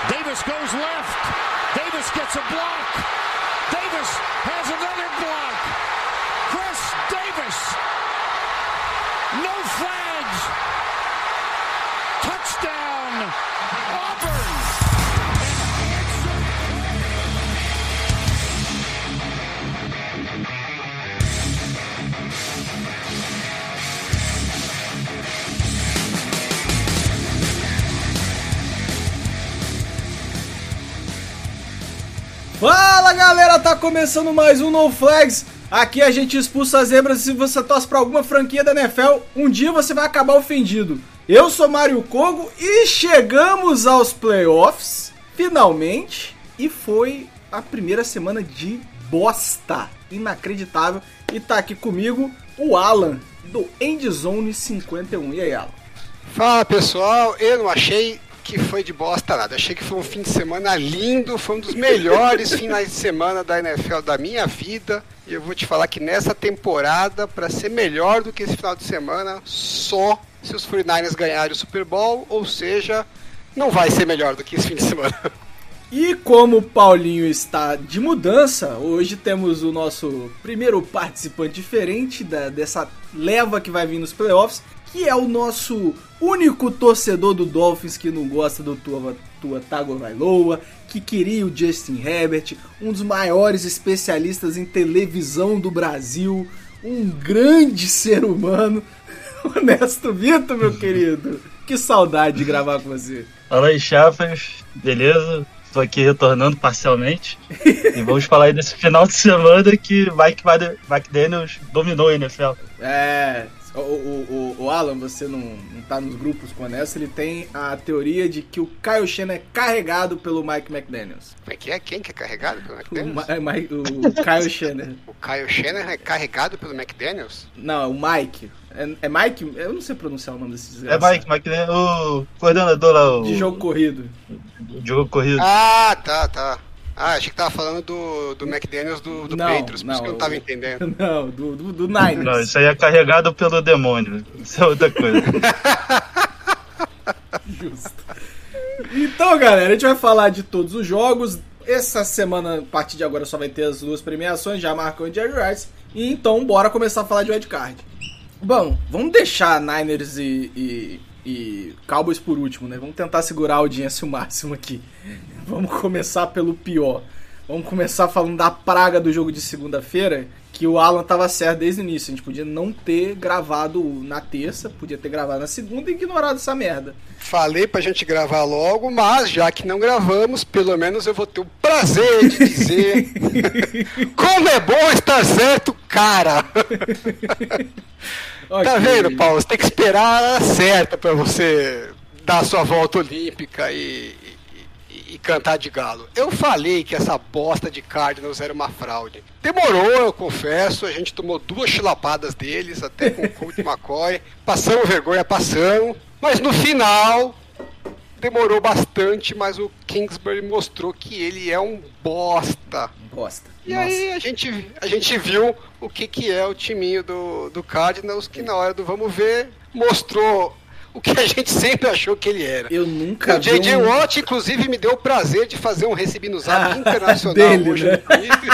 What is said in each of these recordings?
Davis goes left. Davis gets a block. Davis has another block. Chris Davis. No flags. Touchdown. Auburn. Fala galera, tá começando mais um No Flags. Aqui a gente expulsa as zebras. Se você torce pra alguma franquia da NFL, um dia você vai acabar ofendido. Eu sou Mário Kogo e chegamos aos playoffs, finalmente. E foi a primeira semana de bosta, inacreditável. E tá aqui comigo o Alan, do Endzone 51. E aí, Alan? Fala pessoal, eu não achei que foi de bosta nada. Achei que foi um fim de semana lindo, foi um dos melhores finais de semana da NFL da minha vida. E eu vou te falar que nessa temporada, para ser melhor do que esse final de semana, só se os 49ers ganharem o Super Bowl, ou seja, não vai ser melhor do que esse fim de semana. E como o Paulinho está de mudança, hoje temos o nosso primeiro participante diferente dessa leva que vai vir nos playoffs, que é o nosso único torcedor do Dolphins que não gosta do Tua Tagovailoa, que queria o Justin Herbert, um dos maiores especialistas em televisão do Brasil, um grande ser humano, Honesto Vitor, meu querido. Que saudade de gravar com você. Fala aí, chapas, beleza? Tô aqui retornando parcialmente e vamos falar aí desse final de semana que Mike McDaniels dominou a NFL. O Alan, você não tá nos grupos com o Honesto, ele tem a teoria de que o Kyle Shanahan é carregado pelo Mike McDaniels. Como é que é? Quem que é carregado pelo McDaniels? O Kyle Shanahan. O Kyle Shanahan é carregado pelo McDaniels? Não, o Mike. É Mike? Eu não sei pronunciar o nome desse desgraçado. É Mike McDaniels, o coordenador lá. De jogo corrido. Jogo corrido. Ah, tá. Ah, achei que tava falando do McDaniels do Patriots, por isso que eu não tava entendendo. Não, do Niners. Não, isso aí é carregado pelo demônio. Isso é outra coisa. Justo. Então, galera, a gente vai falar de todos os jogos. Essa semana, a partir de agora, só vai ter as duas premiações, já marcou o Jerry Rice. E então, bora começar a falar de wildcard. Bom, vamos deixar Niners e Cowboys por último, né? Vamos tentar segurar a audiência o máximo aqui. Vamos começar pelo pior. Vamos começar falando da praga do jogo de segunda-feira, que o Alan tava certo desde o início. A gente podia não ter gravado na terça, podia ter gravado na segunda e ignorado essa merda. Falei pra gente gravar logo, mas já que não gravamos, pelo menos eu vou ter o prazer de dizer como é bom estar certo, cara! Okay. Tá vendo, Paulo? Você tem que esperar a certa pra você dar a sua volta olímpica e cantar de galo. Eu falei que essa bosta de Cardinals era uma fraude. Demorou, eu confesso, a gente tomou 2 chilapadas deles, até com o Colt McCoy. Passamos vergonha, mas no final demorou bastante, mas o Kingsbury mostrou que ele é um bosta. E nossa. Aí a gente viu o que é o timinho do Cardinals, que na hora do vamos ver mostrou o que a gente sempre achou que ele era. Eu nunca vi. O J.J. Watt, inclusive, me deu o prazer de fazer um recebi no Zap internacional dele, hoje, né?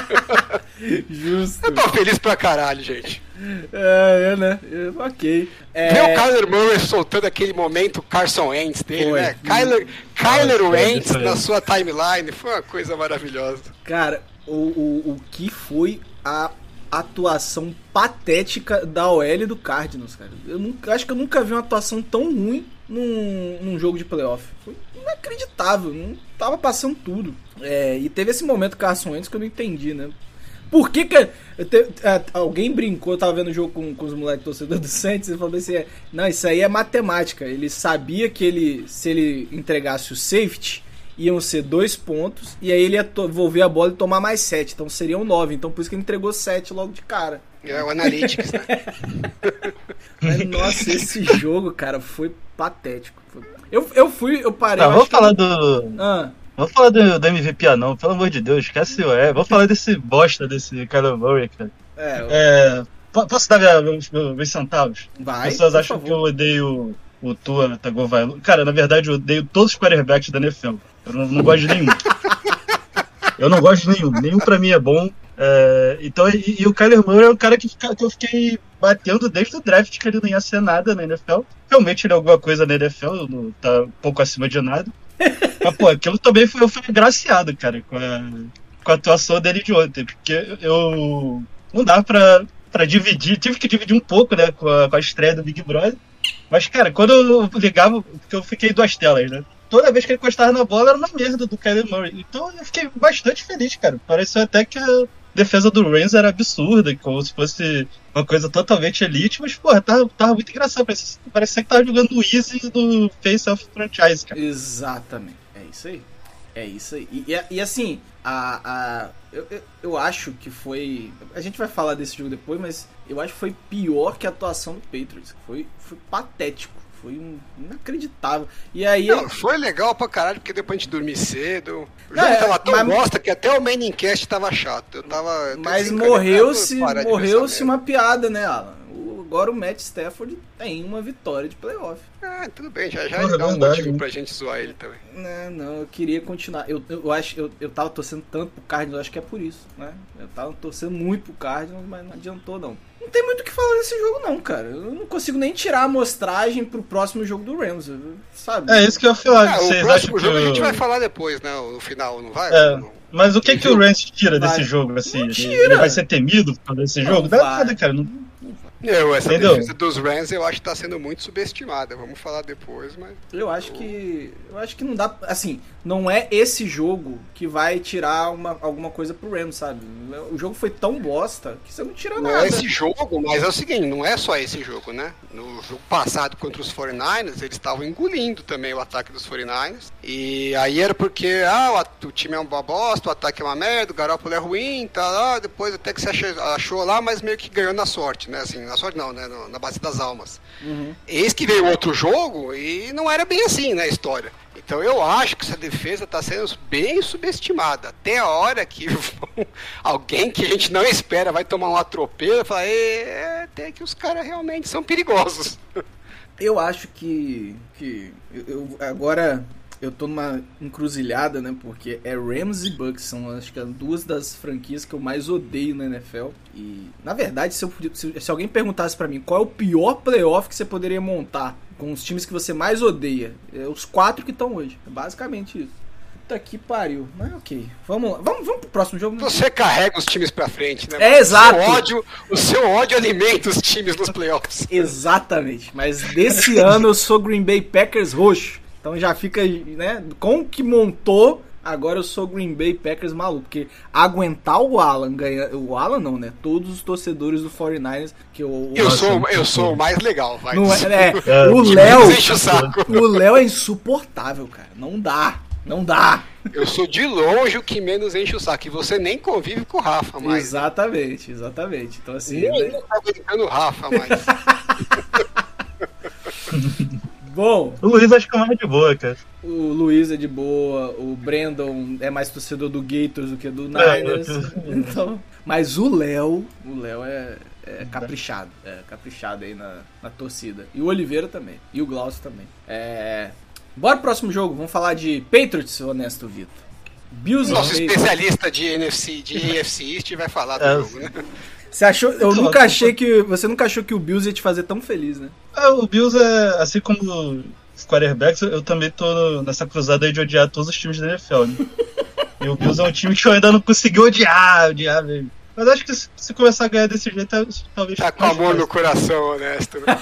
Justo. Eu tô feliz pra caralho, gente. Né? Ok. Ver o Kyler Murray soltando aquele momento Carson Wentz dele, né? Kyler Wentz na sua timeline foi uma coisa maravilhosa. Cara, o que foi a atuação patética da OL do Cardinals, cara. Acho que eu nunca vi uma atuação tão ruim num jogo de playoff. Foi inacreditável, não tava passando tudo. E teve esse momento Carson Wentz que eu não entendi, né? Por que alguém brincou, eu tava vendo o jogo com os moleques torcedores do Saints e falou assim, não, isso aí é matemática. Ele sabia que se ele entregasse o safety, iam ser 2 pontos, e aí ele ia devolver a bola e tomar mais 7, então seriam 9, então por isso que ele entregou 7 logo de cara. É o Analytics, né? Mas, nossa, esse jogo, cara, foi patético. Eu parei... Não, vamos falar do MVP não, pelo amor de Deus, esquece vamos falar desse bosta, desse Kyler Murray, cara. Posso dar meus centavos? Vai, as pessoas acham que eu odeio o Tua Tagovailoa. Cara, na verdade, eu odeio todos os quarterbacks da NFL. Eu não gosto de nenhum. Eu não gosto de nenhum. Nenhum pra mim é bom. Então, e o Kyler Murray é o cara que eu fiquei batendo desde o draft que ele não ia ser nada na NFL. Realmente ele é alguma coisa na NFL, tá um pouco acima de nada. Mas, pô, aquilo também eu fui agraciado, cara, com a atuação dele de ontem. Porque eu não dá pra dividir, tive que dividir um pouco, né, com a estreia do Big Brother. Mas, cara, quando eu ligava, porque eu fiquei em 2 telas, né? Toda vez que ele encostava na bola era uma merda do Kyler Murray. Então eu fiquei bastante feliz, cara. Pareceu até que a defesa do Rams era absurda, como se fosse uma coisa totalmente elite, mas, porra, tava muito engraçado. Parecia que tava jogando o Easy do Face of Franchise, cara. Exatamente. É isso aí. É isso aí. E assim, eu acho que foi... A gente vai falar desse jogo depois, mas eu acho que foi pior que a atuação do Patriots. Foi patético. Foi inacreditável. E aí... Não, foi legal pra caralho, porque depois a gente dormir cedo. O jogo tava tão bosta que até o Mainincast tava chato. Mas morreu-se uma piada, né, Alan? Agora o Matt Stafford tem uma vitória de playoff. Tudo bem, já dá um motivo pra gente zoar ele também. Não, eu queria continuar. Eu tava torcendo tanto pro Cardinals, acho que é por isso, né? Eu tava torcendo muito pro Cardinals, mas não adiantou, não. Não tem muito o que falar desse jogo, não, cara. Eu não consigo nem tirar a amostragem pro próximo jogo do Rams, sabe? É isso que eu ia falar. O próximo jogo a gente vai falar depois, né? No final, não vai? Mas o que o Rams tira desse jogo, assim? Ele vai ser temido por causa desse jogo? Não dá nada, cara. Essa defesa dos Rams eu acho que tá sendo muito subestimada. Vamos falar depois, mas... Eu acho que não dá... Assim, não é esse jogo que vai tirar alguma coisa pro Rams, sabe? O jogo foi tão bosta que você não tira nada. Não é esse jogo, mas é o seguinte, não é só esse jogo, né? No jogo passado contra os 49ers, eles estavam engolindo também o ataque dos 49ers. E aí era porque, o time é uma bosta, o ataque é uma merda, o Garoppolo é ruim, tá, depois até que você achou lá, mas meio que ganhou na sorte, né? Assim, na sorte não, né? Na base das almas. Uhum. Eis que veio outro jogo e não era bem assim, né, a história. Então eu acho que essa defesa está sendo bem subestimada. Até a hora que alguém que a gente não espera vai tomar um atropelo e falar, até que os caras realmente são perigosos. Eu acho que agora eu tô numa encruzilhada, né? Porque Rams e Bucks são, acho que, duas das franquias que eu mais odeio na NFL. E, na verdade, se alguém perguntasse pra mim qual é o pior playoff que você poderia montar com os times que você mais odeia, os 4 que estão hoje. É basicamente isso. Puta que pariu. Mas ok. Vamos lá. Vamos pro próximo jogo. Você carrega os times pra frente, né? Exato. O seu ódio alimenta os times nos playoffs. Exatamente. Mas desse ano eu sou Green Bay Packers roxo. Então já fica, né? Com o que montou, agora eu sou Green Bay Packers maluco. Porque aguentar o Alan ganhar. O Alan não, né? Todos os torcedores do 49ers. Que eu sou o mais legal, vai. Não o Léo é insuportável, cara. Não dá. Eu sou de longe o que menos enche o saco. E você nem convive com o Rafa mais. Exatamente. Então assim. Nem tá brincando o Rafa mais. Bom, o Luiz acho que é mais de boa, cara. O Luiz é de boa, o Brandon é mais torcedor do Gators do que do Niners. Então, mas o Léo é caprichado. É caprichado aí na torcida. E o Oliveira também. E o Glaucio também. Bora pro próximo jogo. Vamos falar de Patriots, honesto Vitor. Bills. Nosso especialista de AFC East vai falar do jogo, né? Você achou? Você nunca achou que o Bills ia te fazer tão feliz, né? O Bills é, assim como os quarterbacks, eu também tô nessa cruzada aí de odiar todos os times da NFL, né? E o Bills é um time que eu ainda não consegui odiar mesmo. Mas acho que se começar a ganhar desse jeito, talvez... Tá com amor no coração, honesto, né?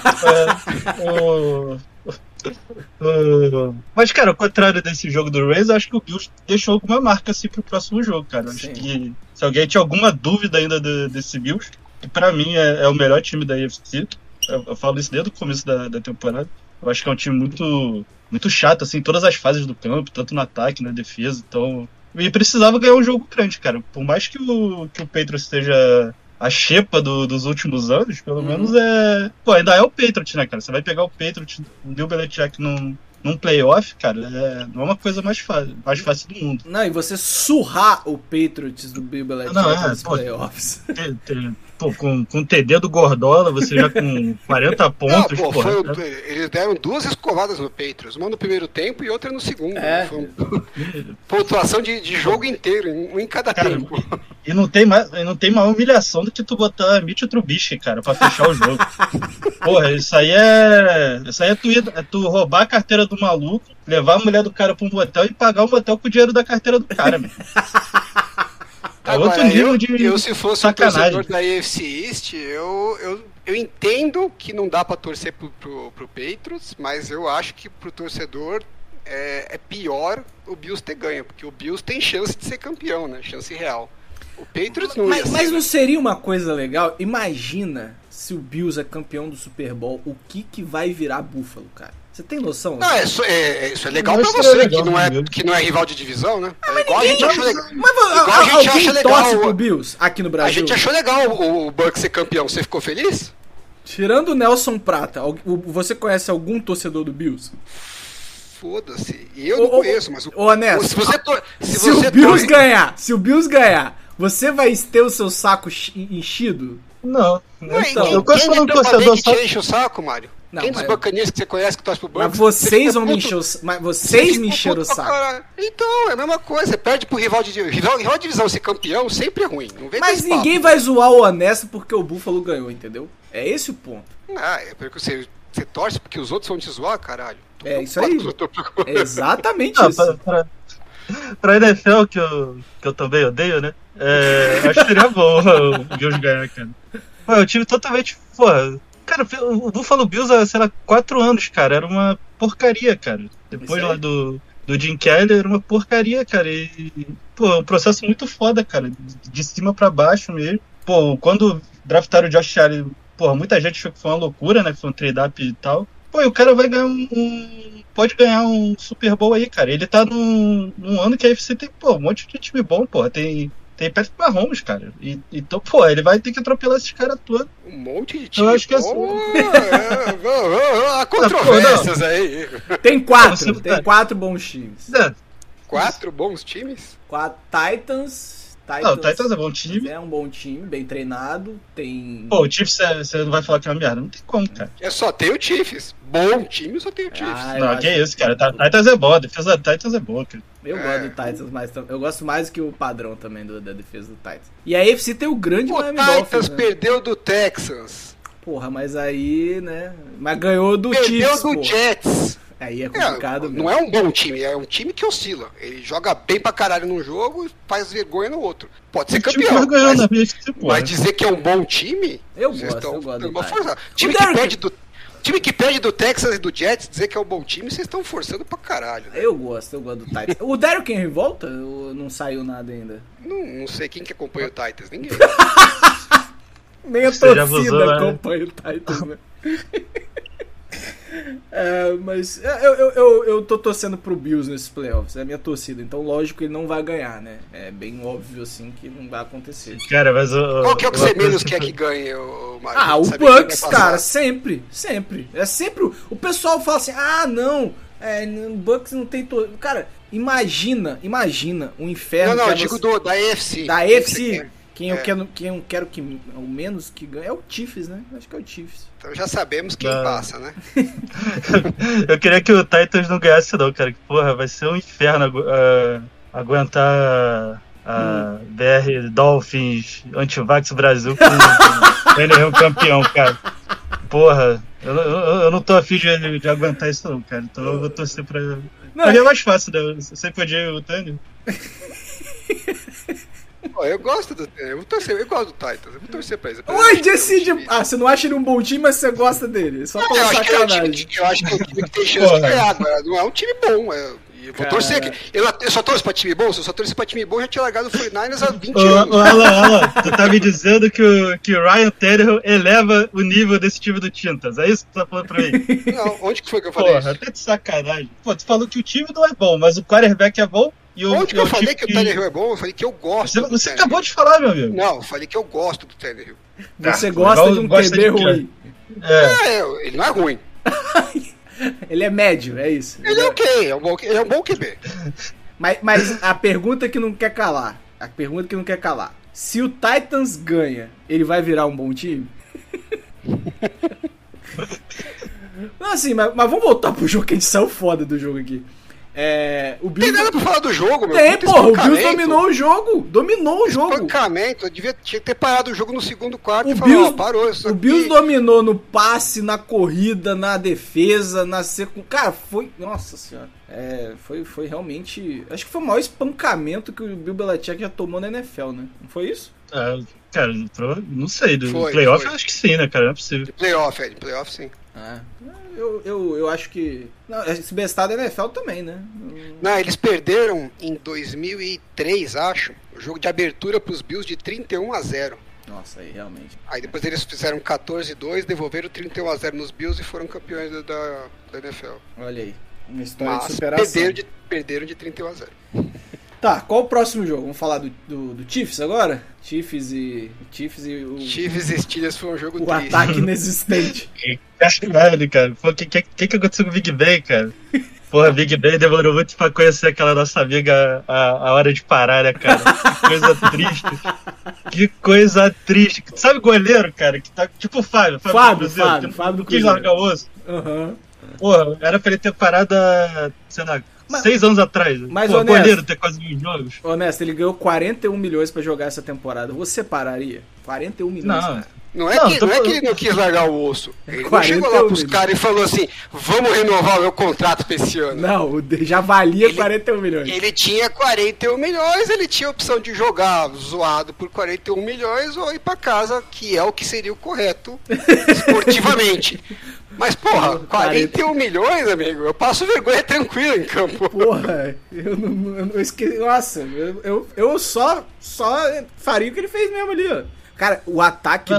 Mas, cara, ao contrário desse jogo do Rams, eu acho que o Bills deixou alguma marca assim pro próximo jogo, cara. Acho que se alguém tinha alguma dúvida ainda desse Bills, que pra mim é o melhor time da AFC, eu falo isso desde o começo da temporada. Eu acho que é um time muito, muito chato, assim, em todas as fases do campo, tanto no ataque, na defesa, então... E precisava ganhar um jogo grande, cara. Por mais que o Patriots seja a xepa dos últimos anos, pelo menos ainda é o Patriots, né, cara? Você vai pegar o Patriots, o Bill Belichick num playoff, cara, não é uma coisa mais fácil do mundo. Não, e você surrar o Patriots do Bill Belichick nos playoffs. Pô, com o TD do Gordola, você já com 40 pontos. Não, pô, eles deram 2 escovadas no Patriots, uma no primeiro tempo e outra no segundo. Foi pontuação de jogo inteiro, um em cada tempo. E não tem maior humilhação do que tu botar Mitch Trubisky, cara, pra fechar o jogo. Porra, isso aí é tu roubar a carteira do maluco, levar a mulher do cara pra um motel e pagar o motel com o dinheiro da carteira do cara, meu. Agora, outro nível de se fosse sacanagem. Um torcedor da AFC East, eu entendo que não dá pra torcer pro Patriots, mas eu acho que pro torcedor é pior o Bills ter ganho, porque o Bills tem chance de ser campeão, né? Chance real. O Patriots não ia ser. Mas não seria uma coisa legal? Imagina se o Bills é campeão do Super Bowl, o que vai virar Buffalo, cara? Você tem noção? Não, isso é legal pra você, legal, que não é rival de divisão, né? Igual a gente achou legal. Mas alguém torce pro Bills aqui no Brasil? A gente achou legal o Bucks ser campeão. Você ficou feliz? Tirando o Nelson Prata, você conhece algum torcedor do Bills? Foda-se. Eu não conheço, mas... Honesto, se o Bills ganhar, você vai ter o seu saco enchido? Não. Então, eu gosto de um torcedor que te enche o saco, Mário? Não, quem dos Buccaneers que você conhece que torce pro Bucks? Mas vocês vão me encher o saco. Mas vocês me encheram o saco. Então, é a mesma coisa. Você perde pro rival de divisão ser campeão sempre é ruim. Não vem mas ninguém vai zoar o Honesto porque o Buffalo ganhou, entendeu? É esse o ponto. É porque você torce porque os outros vão te zoar, caralho. É isso aí. É exatamente isso. Pra NFL, que eu também odeio, né? Acho que seria bom o Bills ganhar, cara. Pô, é um time totalmente... Porra, cara, o Buffalo Bills há, sei lá, 4 anos, cara, era uma porcaria, cara. Depois lá do Jim Kelly, era uma porcaria, cara. E, pô, um processo muito foda, cara. De cima pra baixo mesmo. Pô, quando draftaram o Josh Allen, pô, muita gente achou que foi uma loucura, né? Que foi um trade-up e tal. Pô, e o cara vai ganhar pode ganhar um Super Bowl aí, cara. Ele tá num ano que a UFC tem, pô, um monte de time bom, pô. Tem Patrick Mahomes, cara. Então, pô, ele vai ter que atropelar esses caras todos. Um monte de time. Eu acho que há controvérsias aí. Tem 4 bons times. 4 bons times? 4 Titans. Não, o Titans é bom time. É um bom time, bem treinado. Tem. Pô, o Chiefs você não vai falar que é uma merda. Não tem como, cara. Só tem o Chiefs. Bom time, só tem o Chiefs. Não, que isso, cara. Titans é bom. A defesa do Titans é boa, cara. Eu gosto do Titans, mas eu gosto mais que o padrão também da defesa do Titans. E a AFC tem o grande Miami Dolphins. O Titans perdeu do Texans. Porra, mas aí, né? Mas ganhou do Chiefs. Perdeu do Jets. Aí é complicado mesmo. Não é um bom time, é um time que oscila. Ele joga bem pra caralho num jogo e faz vergonha no outro. Pode ser campeão, mas dizer que é um bom time... Eu gosto do time que perde do Texas e do Jets, dizer que é um bom time, vocês estão forçando pra caralho. Né? Eu gosto do Titans. O Derrick Henry volta? Ou não saiu nada ainda? Não sei quem que acompanha o Titans, ninguém. Nem a torcida acompanha o Titans, né? Mas eu tô torcendo pro Bills nesses playoffs, é a minha torcida, então lógico que ele não vai ganhar, né? É bem óbvio assim que não vai acontecer. Cara, mas qual que é o que você menos quer que ganhe, Mário? O Bucks, cara, sempre. É sempre. O pessoal fala assim, não, o Bucks não tem cara, imagina um inferno. Não, eu digo da AFC. Da AFC. Quem eu quero que o menos que ganhe é o Chiefs, né? Acho que é o Chiefs. Então já sabemos quem passa, né? Eu queria que o Titans não ganhasse não, cara. Que, porra, vai ser um inferno aguentar a BR Dolphins Antivax Brasil com o N1 campeão, cara. Porra, eu não tô afim de aguentar isso não, cara. Então eu vou torcer pra... Mas é mais fácil, né? Você podia o Tânio. Eu gosto do Titans, eu gosto do Titans, eu vou torcer pra isso. Decide. Você não acha ele um bom time, mas você gosta dele. Só pra sacanagem. Eu acho que é um time que tem chance de ganhar, agora não é um time bom. Eu vou torcer aqui. Eu só torço pra time bom, se eu só torcer pra time bom, eu já tinha largado o 49ers há 20 anos. Olha, tu tá me dizendo que o Ryan Tannehill eleva o nível desse time do Titans, é isso que tu tá falando pra mim? Não, onde que foi que eu falei isso? Porra, até de sacanagem. Pô, tu falou que o time não é bom, mas o quarterback é bom. Onde que eu falei que o Tannehill é bom? Eu falei que eu gosto. Você acabou de falar, meu amigo. Não, eu falei que eu gosto do Tannehill. Você gosta de um QB ruim. Ele não é ruim. Ele é médio, é isso. Ele é ok, ele é um bom QB. Mas a pergunta que não quer calar. Se o Titans ganha, ele vai virar um bom time? Não, assim, mas vamos voltar pro jogo, que a gente saiu foda do jogo aqui. O Bills... Tem nada pra falar do jogo, meu. Tem, porra, o Bills dominou o jogo. Espancamento, eu tinha que ter parado o jogo no segundo quarto parou isso aqui. O Bills dominou no passe, na corrida, na defesa, na secundária. Cara, foi... Nossa senhora. Foi realmente... Acho que foi o maior espancamento que o Bill Belichick já tomou na NFL, né? Não foi isso? Cara, não sei. Do playoff eu acho que sim, né, cara? Não é possível. De playoff sim. Eu acho que... Não, esse bestado da NFL também, né? Não, eles perderam em 2003, acho, o jogo de abertura pros Bills de 31-0. Nossa, aí realmente. Aí depois eles fizeram 14-2, devolveram 31-0 nos Bills e foram campeões da NFL. Olha aí, uma história de superação. Perderam de 31-0. Tá, qual o próximo jogo? Vamos falar do Chiefs agora? Chiefs e Steelers foi um jogo triste. O ataque inexistente. Caralho, cara. O que aconteceu com o Big Ben, cara? Porra, Big Ben demorou muito pra conhecer aquela nossa amiga a hora de parar, né, cara? Que coisa triste. Sabe o goleiro, cara, que tá tipo o Fábio do Cruzeiro. Quis largar o osso. Porra, era pra ele ter parado sei lá, 6 anos atrás. Mas o goleiro ter quase 1.000 jogos. Honesto, ele ganhou 41 milhões pra jogar essa temporada. Você pararia? 41 milhões, não. Cara. Não é que ele não quis largar o osso. Ele não chegou lá pros caras e falou assim: vamos renovar o meu contrato pra esse ano. Não, já valia 41 milhões. Ele tinha 41 milhões, ele tinha a opção de jogar zoado por 41 milhões ou ir pra casa, que é o que seria o correto esportivamente. Mas, porra, 41 milhões, amigo, eu passo vergonha tranquilo em campo. Porra, eu não esqueci. Nossa, eu só faria o que ele fez mesmo ali, ó. Cara, o ataque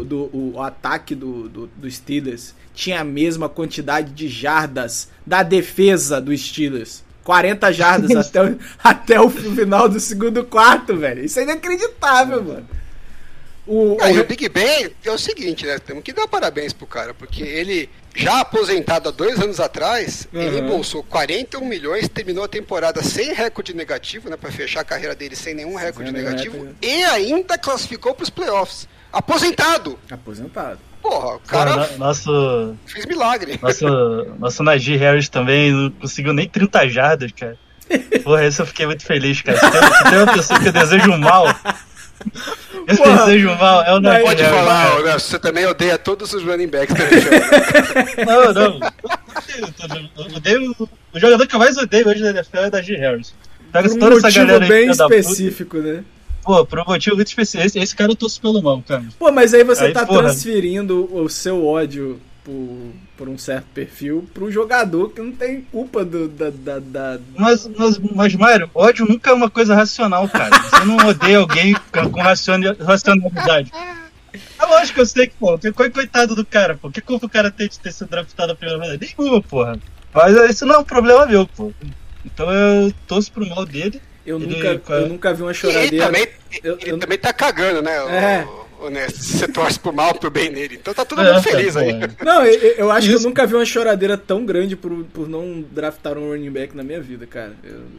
do Steelers tinha a mesma quantidade de jardas da defesa do Steelers. 40 jardas até o final do segundo quarto, velho. Isso é inacreditável, mano. O Big Ben é o seguinte, né? Temos que dar parabéns pro cara, porque ele, já aposentado há 2 anos atrás, ele embolsou 41 milhões, terminou a temporada sem recorde negativo, né? Pra fechar a carreira dele sem nenhum recorde negativo, e ainda classificou pros playoffs. Aposentado! Porra, o cara fez milagre. Nosso Najee Harris também não conseguiu nem 30 jardas, cara. Porra, isso eu fiquei muito feliz, cara. Se tem uma pessoa que eu desejo mal... desejo mal, é o Najee. Pode falar, né? Você também odeia todos os running backs da Não. Eu odeio o jogador que eu mais odeio hoje na NFL é o Najee Harris. Por um motivo bem específico, né? Pô, por um motivo muito específico. Esse cara eu torço pelo mal, cara. Pô, mas aí você tá transferindo o seu ódio por um certo perfil pro jogador que não tem culpa da... Mas, Mário, ódio nunca é uma coisa racional, cara. Você não odeia alguém com racionalidade. É lógico que eu sei que, pô, coitado do cara, pô. Que culpa o cara tem de ter sido draftado a primeira vez? Nenhuma, porra. Mas isso não é um problema meu, pô. Então eu torço pro mal dele. Eu nunca vi uma choradeira. Ele também tá cagando, né? Honesto, você torce pro mal, pro bem dele. Então tá todo mundo feliz aí. Não, eu acho que eu nunca vi uma choradeira tão grande por não draftar um running back na minha vida, cara.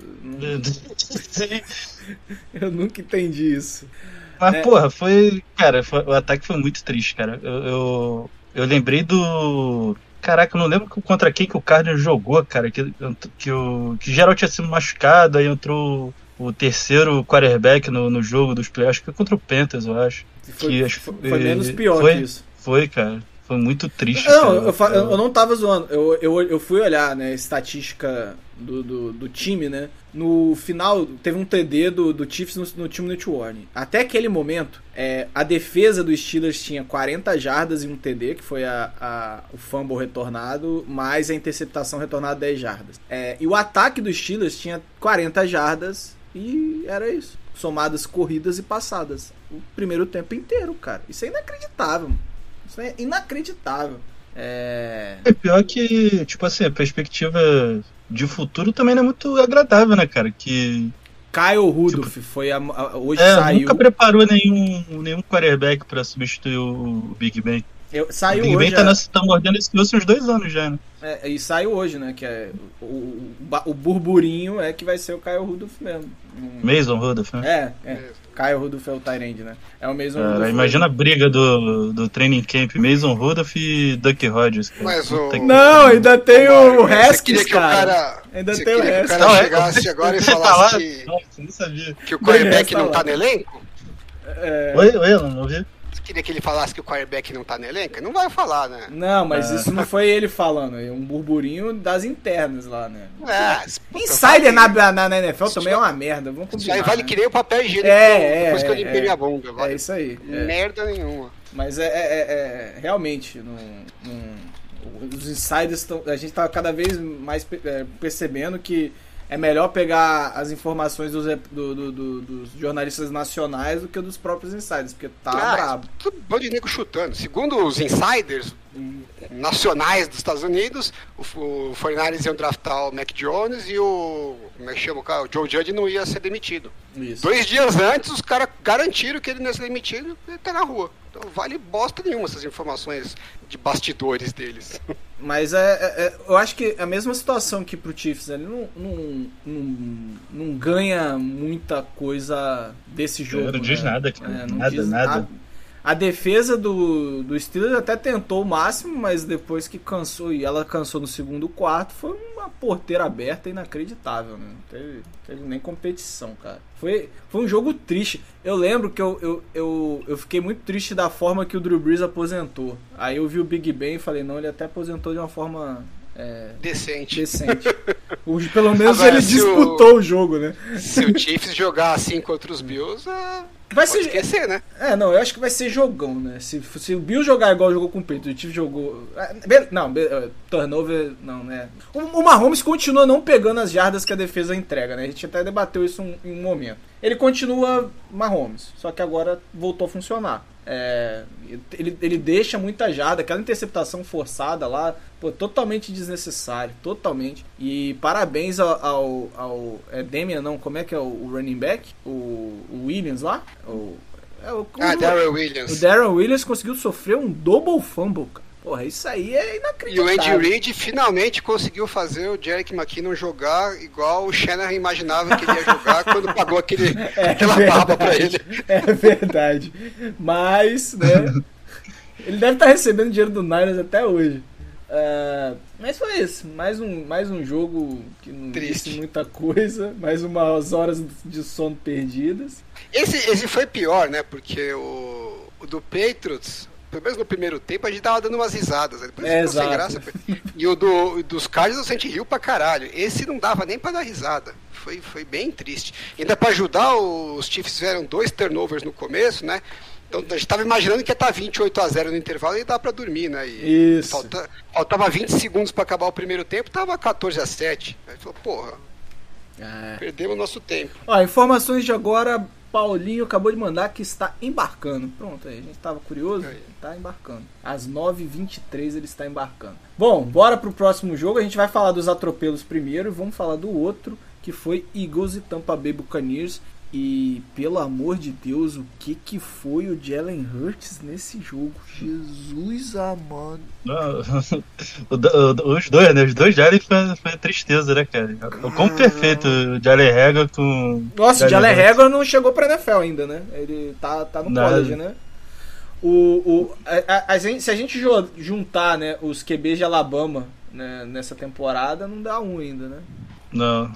Eu nunca entendi isso. Mas, porra, o ataque foi muito triste, cara. Eu lembrei do... Caraca, eu não lembro contra quem que o Cardinals jogou, cara. Que geral tinha sido machucado, aí entrou o terceiro quarterback no jogo dos playoffs, que foi contra o Panthers, eu acho. Foi menos pior que isso. Foi, cara. Foi muito triste. Não, eu não tava zoando. Eu fui olhar, né, estatística do time, né? No final, teve um TD do Chiefs no time Nate Warning. Até aquele momento, a defesa dos Steelers tinha 40 jardas e um TD, que foi o fumble retornado, mais a interceptação retornada 10 jardas. E o ataque dos Steelers tinha 40 jardas e era isso. Somadas corridas e passadas. O primeiro tempo inteiro, cara. Isso é inacreditável, mano. Isso é inacreditável. É pior que, tipo assim, a perspectiva de futuro também não é muito agradável, né, cara? Que Kyle Rudolph foi hoje saiu. Nunca preparou nenhum quarterback pra substituir o Big Ben. Saiu Green hoje. Bay tá mordendo esse osso uns 2 anos já, né? E saiu hoje, né? Que é o burburinho é que vai ser o Kyle Rudolph mesmo. Mason Rudolph, né? Kyle Rudolph é o tight end, né? É o Mason Rudolph. Imagina a briga do training camp, Mason Rudolph e Duck Hodges. Mas Não, ainda tem o Haskins, cara. Ainda tem o Haskins. Que o cara chegasse agora e falasse que... Não, você não sabia. Que o quarterback não tá no elenco? Oi, não ouvi. Você queria que ele falasse que o quarterback não tá no elenco? Não vai falar, né? Não, mas isso não foi ele falando, é um burburinho das internas lá, né? Insider na NFL também é uma merda, vamos combinar. Isso aí vale que nem o papel higiênico depois que eu limpei minha bunda. Vale isso aí. Merda nenhuma. Mas realmente, os insiders a gente tá cada vez mais percebendo que é melhor pegar as informações dos jornalistas nacionais do que dos próprios insiders, porque tá brabo. Tudo bando de nego chutando. Segundo os insiders nacionais dos Estados Unidos, o 49ers iam draftar o Mac Jones e o Joe Judge não ia ser demitido. Isso. 2 dias antes, os caras garantiram que ele não ia ser demitido e ele tá na rua. Então vale bosta nenhuma essas informações de bastidores deles. Mas eu acho que a mesma situação que pro Chiefs, ele não ganha muita coisa desse jogo. Não diz nada, cara. Nada. A defesa do Steelers até tentou o máximo, mas depois que cansou, e ela cansou no segundo quarto, foi uma porteira aberta inacreditável, né? Não teve nem competição, cara. Foi um jogo triste. Eu lembro que eu fiquei muito triste da forma que o Drew Brees aposentou. Aí eu vi o Big Ben e falei, não, ele até aposentou de uma forma... decente. Pelo menos agora, ele disputou o jogo, né? Se o Chiefs jogar assim contra os Bills, pode esquecer, né? Não, eu acho que vai ser jogão, né? Se o Bills jogar igual jogou com o Patriots, o Chiefs jogou... turnover, não, né? O Mahomes continua não pegando as jardas que a defesa entrega, né? A gente até debateu isso em um momento. Ele continua Mahomes, só que agora voltou a funcionar. Ele deixa muita jarda, aquela interceptação forçada lá, pô, totalmente desnecessário, totalmente. E parabéns ao Damian, não, como é que é o running back? O Williams lá? Darrell Williams. O Darrell Williams conseguiu sofrer um double fumble, cara. Porra, isso aí é inacreditável. E o Andy Reid finalmente conseguiu fazer o Jerick McKinnon jogar igual o Shanahan imaginava que ele ia jogar quando pagou aquela barba pra ele. É verdade. Mas, né, ele deve estar recebendo dinheiro do Niners até hoje. Mas foi isso. Mais um jogo que não disse muita coisa. Mais umas horas de sono perdidas. Esse foi pior, né? Porque o do Patriots... Pelo menos no primeiro tempo a gente tava dando umas risadas, né? Depois ficou sem graça. E o dos Cardinals a gente riu pra caralho. Esse não dava nem pra dar risada. Foi bem triste. E ainda pra ajudar, os Chiefs fizeram 2 turnovers no começo, né? Então a gente tava imaginando que ia estar 28-0 no intervalo e dá pra dormir, né? E isso. Faltava 20 segundos pra acabar o primeiro tempo, tava 14-7. Aí falou, porra, perdemos nosso tempo. Informações de agora... Paulinho acabou de mandar que está embarcando. Pronto, aí a gente estava curioso, está embarcando. Às 9h23 ele está embarcando. Bom, bora pro próximo jogo. A gente vai falar dos atropelos primeiro e vamos falar do outro, que foi Eagles e Tampa Bay Buccaneers. E, pelo amor de Deus, o que foi o Jalen Hurts nesse jogo? Jesus amado. Os dois, né? Os dois Jalen foi tristeza, né, cara? O quão perfeito o Jalen Hagel com... Nossa, o Jalen Hagel não chegou pra NFL ainda, né? Ele tá no college, né? Se a gente juntar, né, os QBs de Alabama, né, nessa temporada, não dá um ainda, né? Não.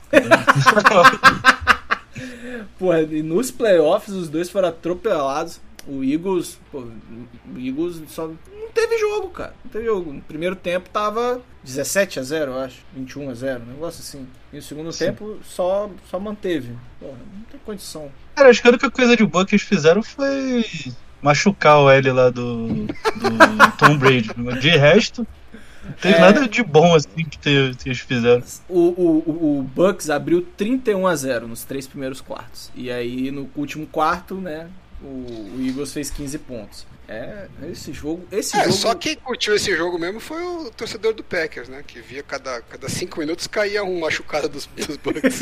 Porra, e nos playoffs os dois foram atropelados. O Eagles só não teve jogo, cara. Não teve jogo. No primeiro tempo tava 17-0, eu acho. 21-0, um negócio assim. E no segundo tempo só manteve. Porra, não tem condição. Cara, acho que a única coisa de boa que eles fizeram foi machucar o L lá do Tom Brady. De resto, não teve nada de bom assim que eles fizeram. O Bucks abriu 31-0 nos 3 primeiros quartos. E aí no último quarto, né, o Eagles fez 15 pontos. Esse jogo... Só quem curtiu esse jogo mesmo foi o torcedor do Packers, né? Que via cada 5 minutos caía um machucado dos Bucks.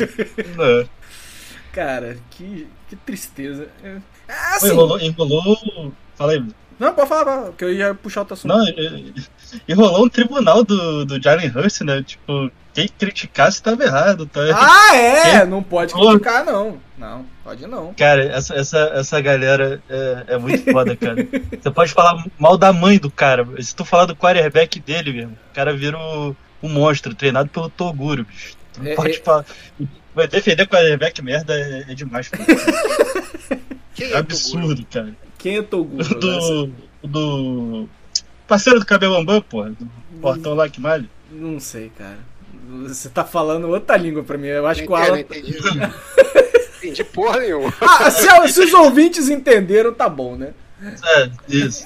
Cara, que tristeza. Assim, enrolou... Fala aí. Não, pode falar, que eu ia puxar outro assunto. Não, e rolou um tribunal do Jalen Hurts, né? Tipo, quem criticasse tava errado, tá? Ah, é! Não pode criticar, não. Não, pode não. Cara, essa galera é muito foda, cara. Você pode falar mal da mãe do cara. Se tu falar do quarterback dele, mesmo, o cara vira um monstro, treinado pelo Toguro, bicho. Tu não pode falar. Vai defender quarterback merda é demais, cara. Quem É absurdo, cara. Quem é Toguro? Do parceiro do Cabelambam, porra. Do portão lá que malha. Não sei, cara. Você tá falando outra língua pra mim. Eu acho que o Não Alan... entendi. Entendi porra nenhuma. Ah, se os ouvintes entenderam, tá bom, né? É, isso.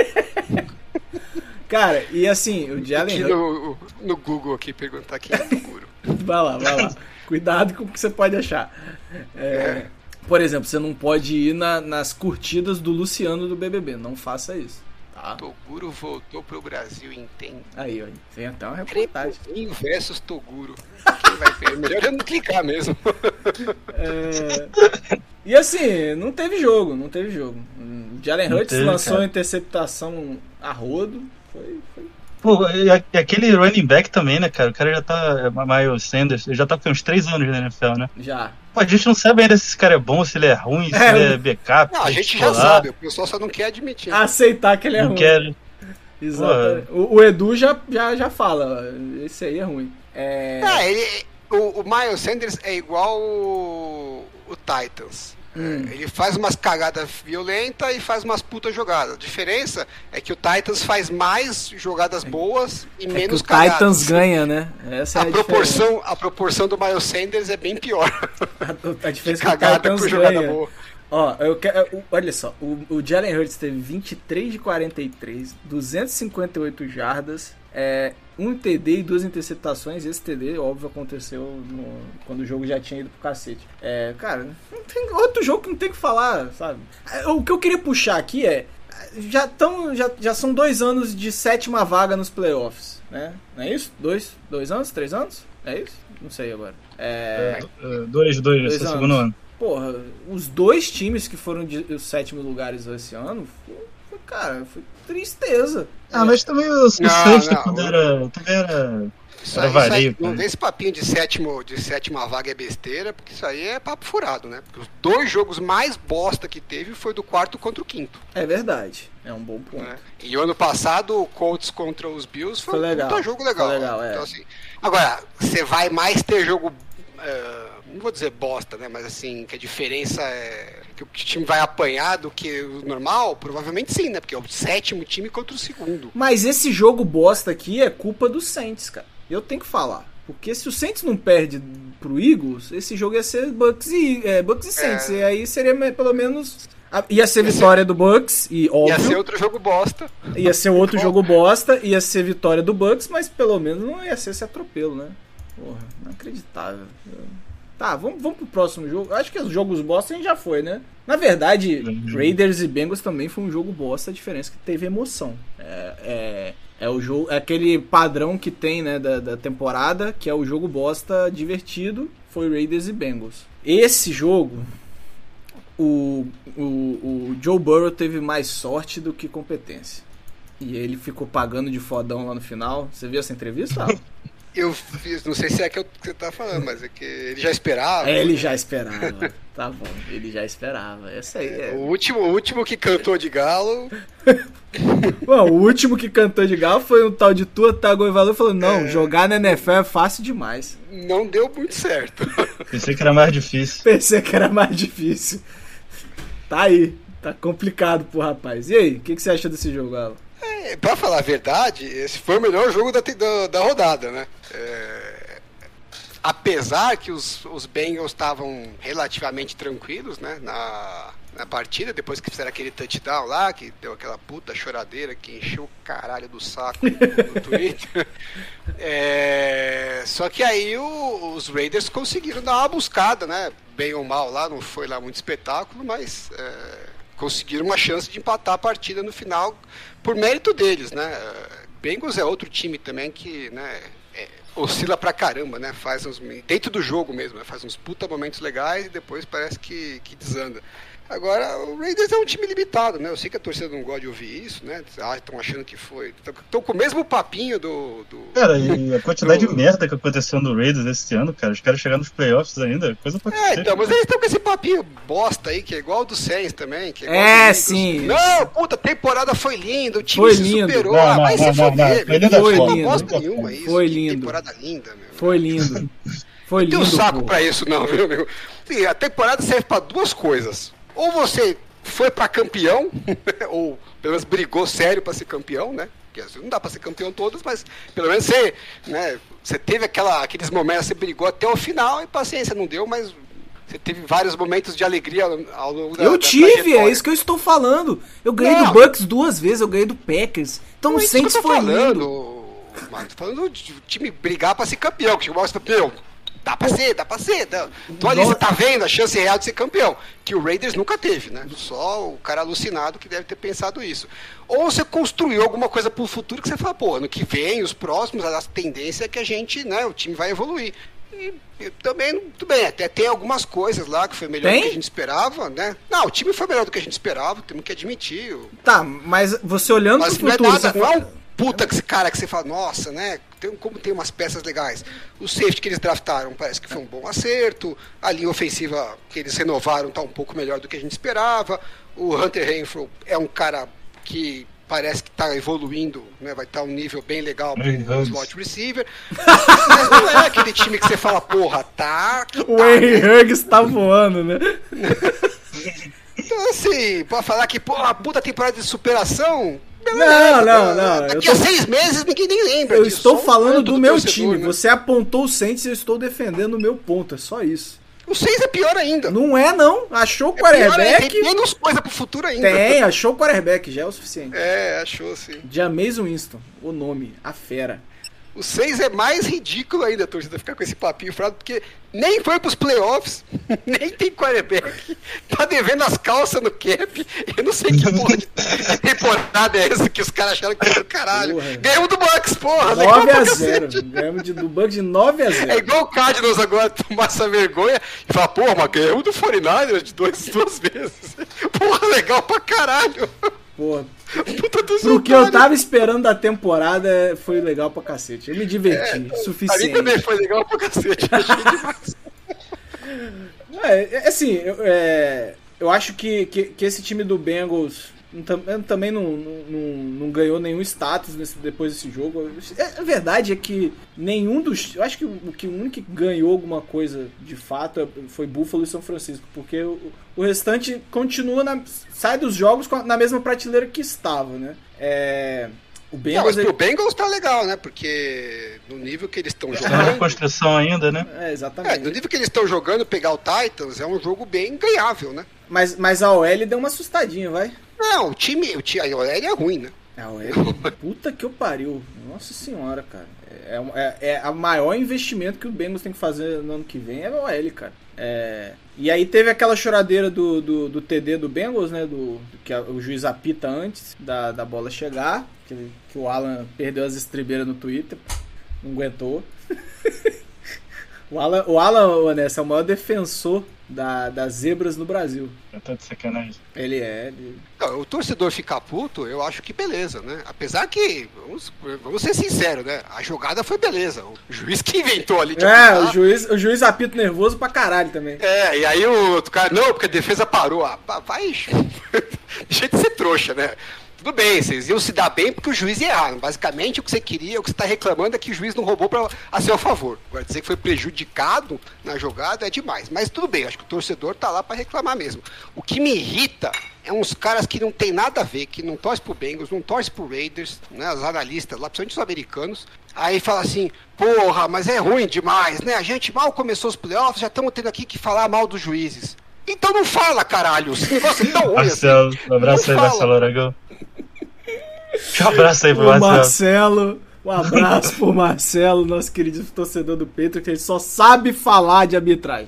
Cara, e assim, o Jalen Hurts... no Google aqui, perguntar quem é Toguro. Vai lá. Cuidado com o que você pode achar. Por exemplo, você não pode ir nas curtidas do Luciano do BBB. Não faça isso. Tá? Toguro voltou pro Brasil, entende? Aí, ó. Tem até uma reportagem. Crepovinho versus Toguro. Quem vai ver? Melhor eu não clicar mesmo. E assim, não teve jogo. O Jalen Hurts lançou a interceptação a rodo. Foi. Pô, e aquele running back também, né, cara? O cara já tá. Miles Sanders, ele já tá com uns 3 anos na NFL, né? Já. Pô, a gente não sabe ainda se esse cara é bom, se ele é ruim, se ele é backup. Não, a gente já sabe, o pessoal só não quer admitir. Aceitar que ele é não ruim. Quer... Exato. O Edu já fala, esse aí é ruim. O Miles Sanders é igual o Titans. Ele faz umas cagadas violentas e faz umas putas jogadas. A diferença é que o Titans faz mais jogadas boas e menos cagadas. O Titans cagadas. ganha, né? Essa é a proporção do Miles Sanders é bem pior. A diferença é que o Titans ganha. Boa. Ó, olha só, o Jalen Hurts teve 23 de 43, 258 jardas, um TD e 2 interceptações. Esse TD, óbvio, aconteceu quando o jogo já tinha ido pro cacete. Cara, não tem outro jogo que não tem o que falar, sabe? O que eu queria puxar aqui já são 2 anos de 7ª vaga nos playoffs, né? Não é isso? 2 anos? 3 anos? É isso? Não sei agora. 2 esse é o segundo ano. Porra, os 2 times que foram os 7º lugares esse ano, foi tristeza. Mas também o sexto, quando também era vareio. Não vê esse papinho de sétima vaga é besteira, porque isso aí é papo furado, né? Porque os 2 jogos mais bosta que teve foi do 4º contra o 5º. É verdade, é um bom ponto. E o ano passado, o Colts contra os Bills foi um puta jogo legal. Foi legal, Então, assim, agora, você vai mais ter jogo... não vou dizer bosta, né? Mas assim, que a diferença é que o time vai apanhar do que o normal, provavelmente sim, né? Porque é o 7º time contra o 2º. Mas esse jogo bosta aqui é culpa do Saints, cara. Eu tenho que falar. Porque se o Saints não perde pro Eagles, esse jogo ia ser Bucks e Saints. E aí seria pelo menos... Ia ser vitória do Bucks, e óbvio. Ia ser outro jogo bosta. Ia ser outro jogo bosta, ia ser vitória do Bucks, mas pelo menos não ia ser esse atropelo, né? Porra, inacreditável. Tá, vamos pro próximo jogo. Acho que os jogos bosta a gente já foi, né? Na verdade, Raiders e Bengals também foi um jogo bosta, a diferença é que teve emoção. É o jogo, é aquele padrão que tem, né, da temporada, que é o jogo bosta divertido, foi Raiders e Bengals. Esse jogo, o Joe Burrow teve mais sorte do que competência. E ele ficou pagando de fodão lá no final. Você viu essa entrevista? Eu fiz, não sei se é que você tá falando, mas é que ele já esperava. Ele já esperava. Tá bom, ele já esperava. Essa aí O último que cantou de galo. Bom, o último que cantou de galo foi um tal de Tua Tagovailoa falando: não, jogar na NFL é fácil demais. Não deu muito certo. Pensei que era mais difícil. Tá aí, tá complicado pro rapaz. E aí, o que você acha desse jogo, Galo? Pra falar a verdade, esse foi o melhor jogo da rodada, né? Apesar que os Bengals estavam relativamente tranquilos, né? Na partida, depois que fizeram aquele touchdown lá, que deu aquela puta choradeira que encheu o caralho do saco no Twitter. Só que aí os Raiders conseguiram dar uma buscada, né? Bem ou mal lá, não foi lá muito espetáculo, mas conseguiram uma chance de empatar a partida no final por mérito deles, né? Bengals é outro time também que, né, oscila pra caramba, né? Faz dentro do jogo mesmo, né? Faz uns puta momentos legais e depois parece que desanda. Agora, o Raiders é um time limitado, né? Eu sei que a torcida não gosta de ouvir isso, né? Estão achando que foi. Estão com o mesmo papinho do... Cara, e a quantidade de merda que aconteceu no Raiders esse ano, cara. Os caras chegaram nos playoffs ainda, coisa pra cacete. Então, mas eles estão com esse papinho bosta aí, que é igual ao do Saints também. Que é igual É, do sim. Não, puta, a temporada foi linda, o time Foi se lindo. superou. Não, Vai se não, foder. foi lindo, foi Não lindo. gosta nenhuma isso. Foi Que lindo. temporada linda, meu. Foi lindo. Foi Não tem lindo. um saco pô. pra isso, não, viu, meu? Sim, a temporada serve pra duas coisas. Ou você foi pra campeão, ou pelo menos brigou sério pra ser campeão, né? Porque assim, não dá pra ser campeão todos, mas pelo menos você, né, você teve aqueles momentos, você brigou até o final e paciência, não deu, mas você teve vários momentos de alegria ao longo da Eu tive, trajetória. é isso que eu estou falando. Eu ganhei Não. do Bucks 2 vezes, eu ganhei do Packers. Então Não o é isso que Saints eu tô foi falando, lindo. Mano, tô falando de time brigar pra ser campeão, que chegou meu, dá pra ser. Então ali você tá vendo a chance real de ser campeão, que o Raiders nunca teve, né? Só o cara alucinado que deve ter pensado isso. Ou você construiu alguma coisa pro futuro que você fala, pô, ano que vem, os próximos, a tendência é que a gente, né, o time vai evoluir. E também, tudo bem, até tem algumas coisas lá que foi melhor do que a gente esperava, né? Não, o time foi melhor do que a gente esperava, temos que admitir. Tá, mas você olhando Mas pro não é futuro... nada, você não é fala- um puta que esse cara que você fala, nossa, né? Como tem umas peças legais. O safety que eles draftaram parece que foi um bom acerto. A linha ofensiva que eles renovaram tá um pouco melhor do que a gente esperava. O Hunter Renfrow é um cara que parece que tá evoluindo, né? Vai estar um nível bem legal pro slot receiver. Mas não é aquele time que você fala, porra, tá... O Henry Huggs tá voando, né? Então, assim, pra falar que, pô, a puta temporada de superação... Não. Daqui a 6 meses ninguém nem lembra Eu disso. estou Só um falando ponto do meu torcedor, time. né? Você apontou o Saints e eu estou defendendo o meu ponto. É só isso. O 6 é pior ainda. Não é, não. Achou o Pior ainda, quarterback. tem menos coisa pro futuro ainda. Tem, achou o quarterback. Já é o suficiente. É, achou sim. Jameis Winston. O nome. A fera. O 6 é mais ridículo ainda, a torcida ficar com esse papinho frado, porque nem foi pros playoffs, nem tem quarterback, tá devendo as calças no cap. Eu não sei que porra de temporada é essa que os caras acharam que era do caralho. Porra. Ganhamos do Bucks, porra. legal pra 9-0. cacete. Ganhamos do Bucks de 9-0. É igual o Cardinals agora tomar essa vergonha e falar, porra, mas ganhamos do 49ers de duas vezes. Porra, legal pra caralho. Porra. Puta do Pro que eu tava esperando da temporada, foi legal pra cacete. Eu me diverti. Pra mim Suficiente. também foi legal pra cacete. Achei demais. Assim, eu acho que esse time do Bengals também não ganhou nenhum status depois desse jogo. A verdade é que nenhum dos... Eu acho que o único que ganhou alguma coisa de fato foi Buffalo e São Francisco, porque o restante continua sai dos jogos na mesma prateleira que estava, né? O Não, Bengals... mas pro Bengals tá legal, né? Porque no nível que eles estão Tá na jogando... reconstrução ainda, né? exatamente. no nível que eles estão jogando, pegar o Titans é um jogo bem ganhável, né? Mas a OL deu uma assustadinha, vai. Não, a OL é ruim, né? A OL, puta que eu pariu. Nossa senhora, cara. É o maior investimento que o Bengals tem que fazer no ano que vem é a OL, cara. E aí teve aquela choradeira do TD do Bengals, né? Que o juiz apita antes da bola chegar. Que o Alan perdeu as estribeiras no Twitter. Não aguentou. O Alan, Vanessa, é o maior defensor das zebras no Brasil. Tá de sacanagem. Ele é. Não, o torcedor ficar puto, eu acho que beleza, né? Apesar que, vamos ser sinceros, né? A jogada foi beleza. O juiz que inventou ali de apitar. O juiz apita nervoso pra caralho também. E aí o cara, não, porque a defesa parou. Vai, deixa de ser trouxa, né? Tudo bem, vocês iam se dar bem porque o juiz ia errar. Basicamente, o que você queria, o que você está reclamando é que o juiz não roubou a seu favor. Agora, dizer que foi prejudicado na jogada é demais. Mas tudo bem, acho que o torcedor tá lá para reclamar mesmo. O que me irrita é uns caras que não tem nada a ver, que não torcem pro Bengals, não torcem pro Raiders, né, os analistas lá, principalmente os americanos. Aí fala assim, porra, mas é ruim demais, né? A gente mal começou os playoffs, já estamos tendo aqui que falar mal dos juízes. Então não fala, caralho. Esse negócio é tão ruim Marcelo, assim. um abraço aí, Não fala. Marcelo Aragão. Um abraço aí pro O Marcelo. Marcelo, um abraço pro Marcelo, nosso querido torcedor do Peito, que ele só sabe falar de arbitragem.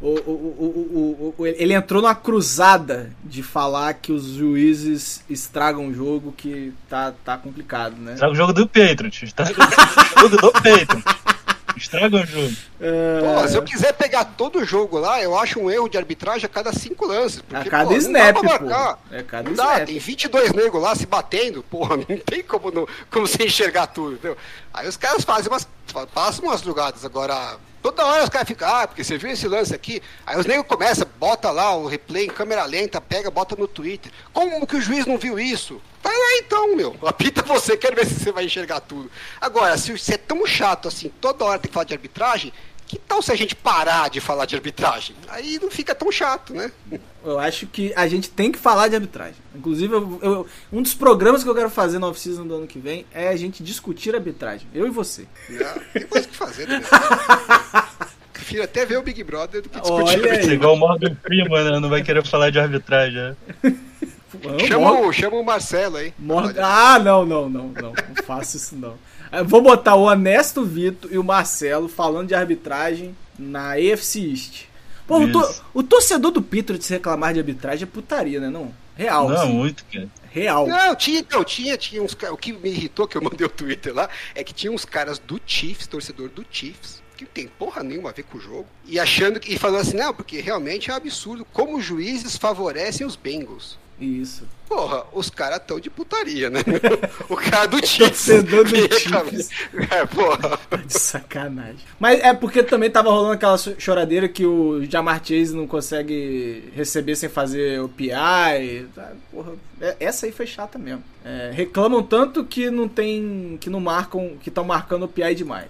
Ele entrou numa cruzada de falar que os juízes estragam o jogo, que tá complicado, né? Traga o jogo do Patriots. Tá o jogo do Patriots. Estraga o jogo. Pô, se eu quiser pegar todo o jogo lá, eu acho um erro de arbitragem a cada 5 lances. Porque, A cada pô, snap, não dá pra marcar. pô. É cada Não dá, snap. tem 22 negros lá se batendo, porra, não tem como você enxergar tudo, entendeu? Aí os caras passam umas jogadas, agora... Toda hora os caras ficam, porque você viu esse lance aqui? Aí os negros começam, bota lá o replay em câmera lenta, pega, bota no Twitter. Como que o juiz não viu isso? Vai lá então, meu. Apita você, quero ver se você vai enxergar tudo. Agora, se é tão chato assim, toda hora tem que falar de arbitragem, que tal se a gente parar de falar de arbitragem? Aí não fica tão chato, né? Eu acho que a gente tem que falar de arbitragem. Inclusive, um dos programas que eu quero fazer no off-season do ano que vem é a gente discutir arbitragem. Eu e você. Tem coisa que fazer, né? Prefiro até ver o Big Brother do que discutir Olha aí. arbitragem. Igual o Morgan Freeman, né? Não vai querer falar de arbitragem, né? Chama o Marcelo aí. Não faço isso não. Eu vou botar o Honesto Vitor e o Marcelo falando de arbitragem na AFC East. Pô, o torcedor do Patriots reclamar de arbitragem é putaria, né? Não? Real. Não, assim. muito, cara. Real. Não, tinha uns caras. O que me irritou, que eu mandei o Twitter lá, é que tinha uns caras do Chiefs, torcedor do Chiefs, que não tem porra nenhuma a ver com o jogo, e falando assim, não, porque realmente é um absurdo como os juízes favorecem os Bengals. Isso. Porra, os caras tão de putaria, né? O cara do Chiefs. Torcedor do Chiefs. Porra. De sacanagem. Mas é porque também tava rolando aquela choradeira que o Ja'Marr Chase não consegue receber sem fazer o PI. Porra, essa aí foi chata mesmo. Reclamam tanto que não marcam, que estão marcando o PI demais.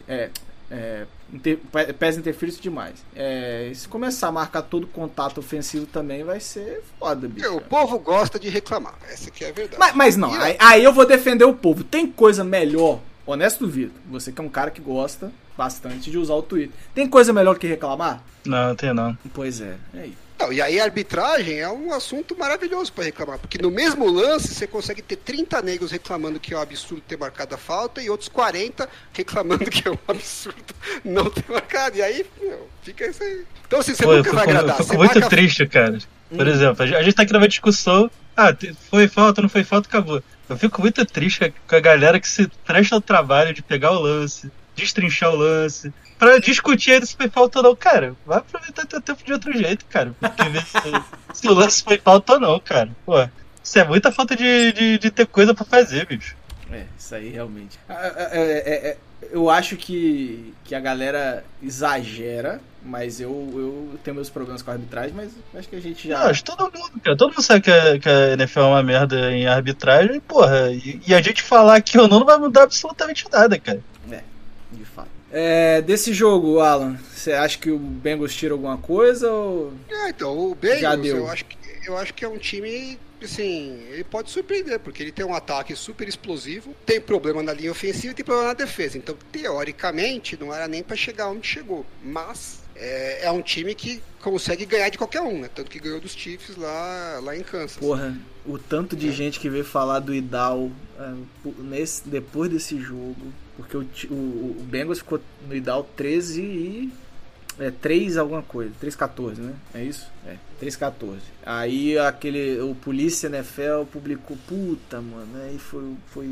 Pass interference demais. Se começar a marcar todo contato ofensivo também vai ser foda, bicho. O povo gosta de reclamar, essa que é a verdade. Mas não, aí eu vou defender o povo. Tem coisa melhor, honesto Vitor, você que é um cara que gosta bastante de usar o Twitter. Tem coisa melhor que reclamar? Não, tem não. Pois é aí. Não, e aí a arbitragem é um assunto maravilhoso para reclamar, porque no mesmo lance você consegue ter 30 negros reclamando que é um absurdo ter marcado a falta e outros 40 reclamando que é um absurdo não ter marcado. E aí, fica isso aí. Então assim, você nunca vai agradar. Eu fico muito triste, cara. Por exemplo, a gente tá aqui numa discussão, foi falta, não foi falta, acabou. Eu fico muito triste com a galera que se presta ao trabalho de pegar o lance, destrinchar o lance, pra discutir ainda se foi falta ou não. Cara, vai aproveitar teu tempo de outro jeito, cara. Porque ver se o lance foi falta ou não, cara. Pô, isso é muita falta de ter coisa pra fazer, bicho. Isso aí realmente. Eu acho que a galera exagera, mas eu tenho meus problemas com a arbitragem, mas acho que a gente já... Não, acho que todo mundo, cara. Todo mundo sabe que a NFL é uma merda em arbitragem, porra. E a gente falar aqui ou não vai mudar absolutamente nada, cara. De fato. Desse jogo, Alan, você acha que o Bengals tira alguma coisa ou... Então, o Bengals, já deu? Eu acho que é um time, assim, ele pode surpreender, porque ele tem um ataque super explosivo, tem problema na linha ofensiva e tem problema na defesa. Então, teoricamente, não era nem pra chegar onde chegou. Mas é um time que consegue ganhar de qualquer um, né? Tanto que ganhou dos Chiefs lá em Kansas. Porra, o tanto de gente que veio falar do Idal depois desse jogo, porque o Bengals ficou no Idal 3 alguma coisa, 3-14, né? É isso? 3-14. Aí o Polícia NFL publicou, puta, mano, aí foi...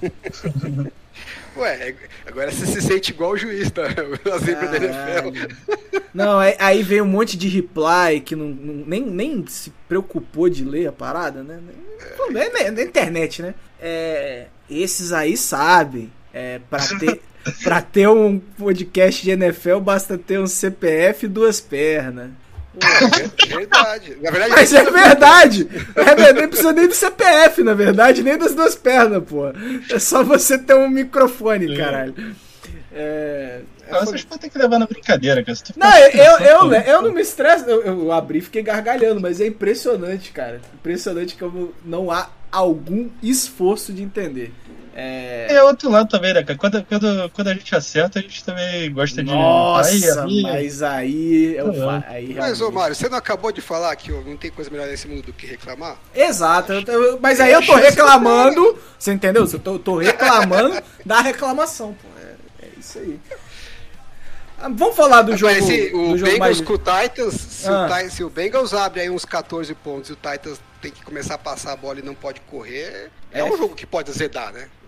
Ué, agora você se sente igual o juiz da zebra da NFL. Não, aí veio um monte de reply que nem se preocupou de ler a parada, né? Na internet, né? Esses aí sabem. Pra ter um podcast de NFL basta ter um CPF e 2 pernas. Verdade. Na verdade, mas é verdade. Nem precisa nem do CPF, na verdade, nem das 2 pernas, pô. É só você ter um microfone, caralho. Vocês podem ter que levar na brincadeira, cara. Não, eu não me estresso. Eu abri e fiquei gargalhando, mas é impressionante, cara. Impressionante como não há algum esforço de entender. É outro lado também, né, cara? Quando a gente acerta, a gente também gosta de... Nossa, mas aí... Mas, ô Mário, você não acabou de falar que não tem coisa melhor nesse mundo do que reclamar? Exato, mas aí eu tô reclamando, você entendeu? Eu tô reclamando da reclamação, pô. É isso aí. Vamos falar do jogo. O Bengals com o Titans, se o Bengals abre aí uns 14 pontos e o Titans tem que começar a passar a bola e não pode correr, é um jogo que pode azedar, né?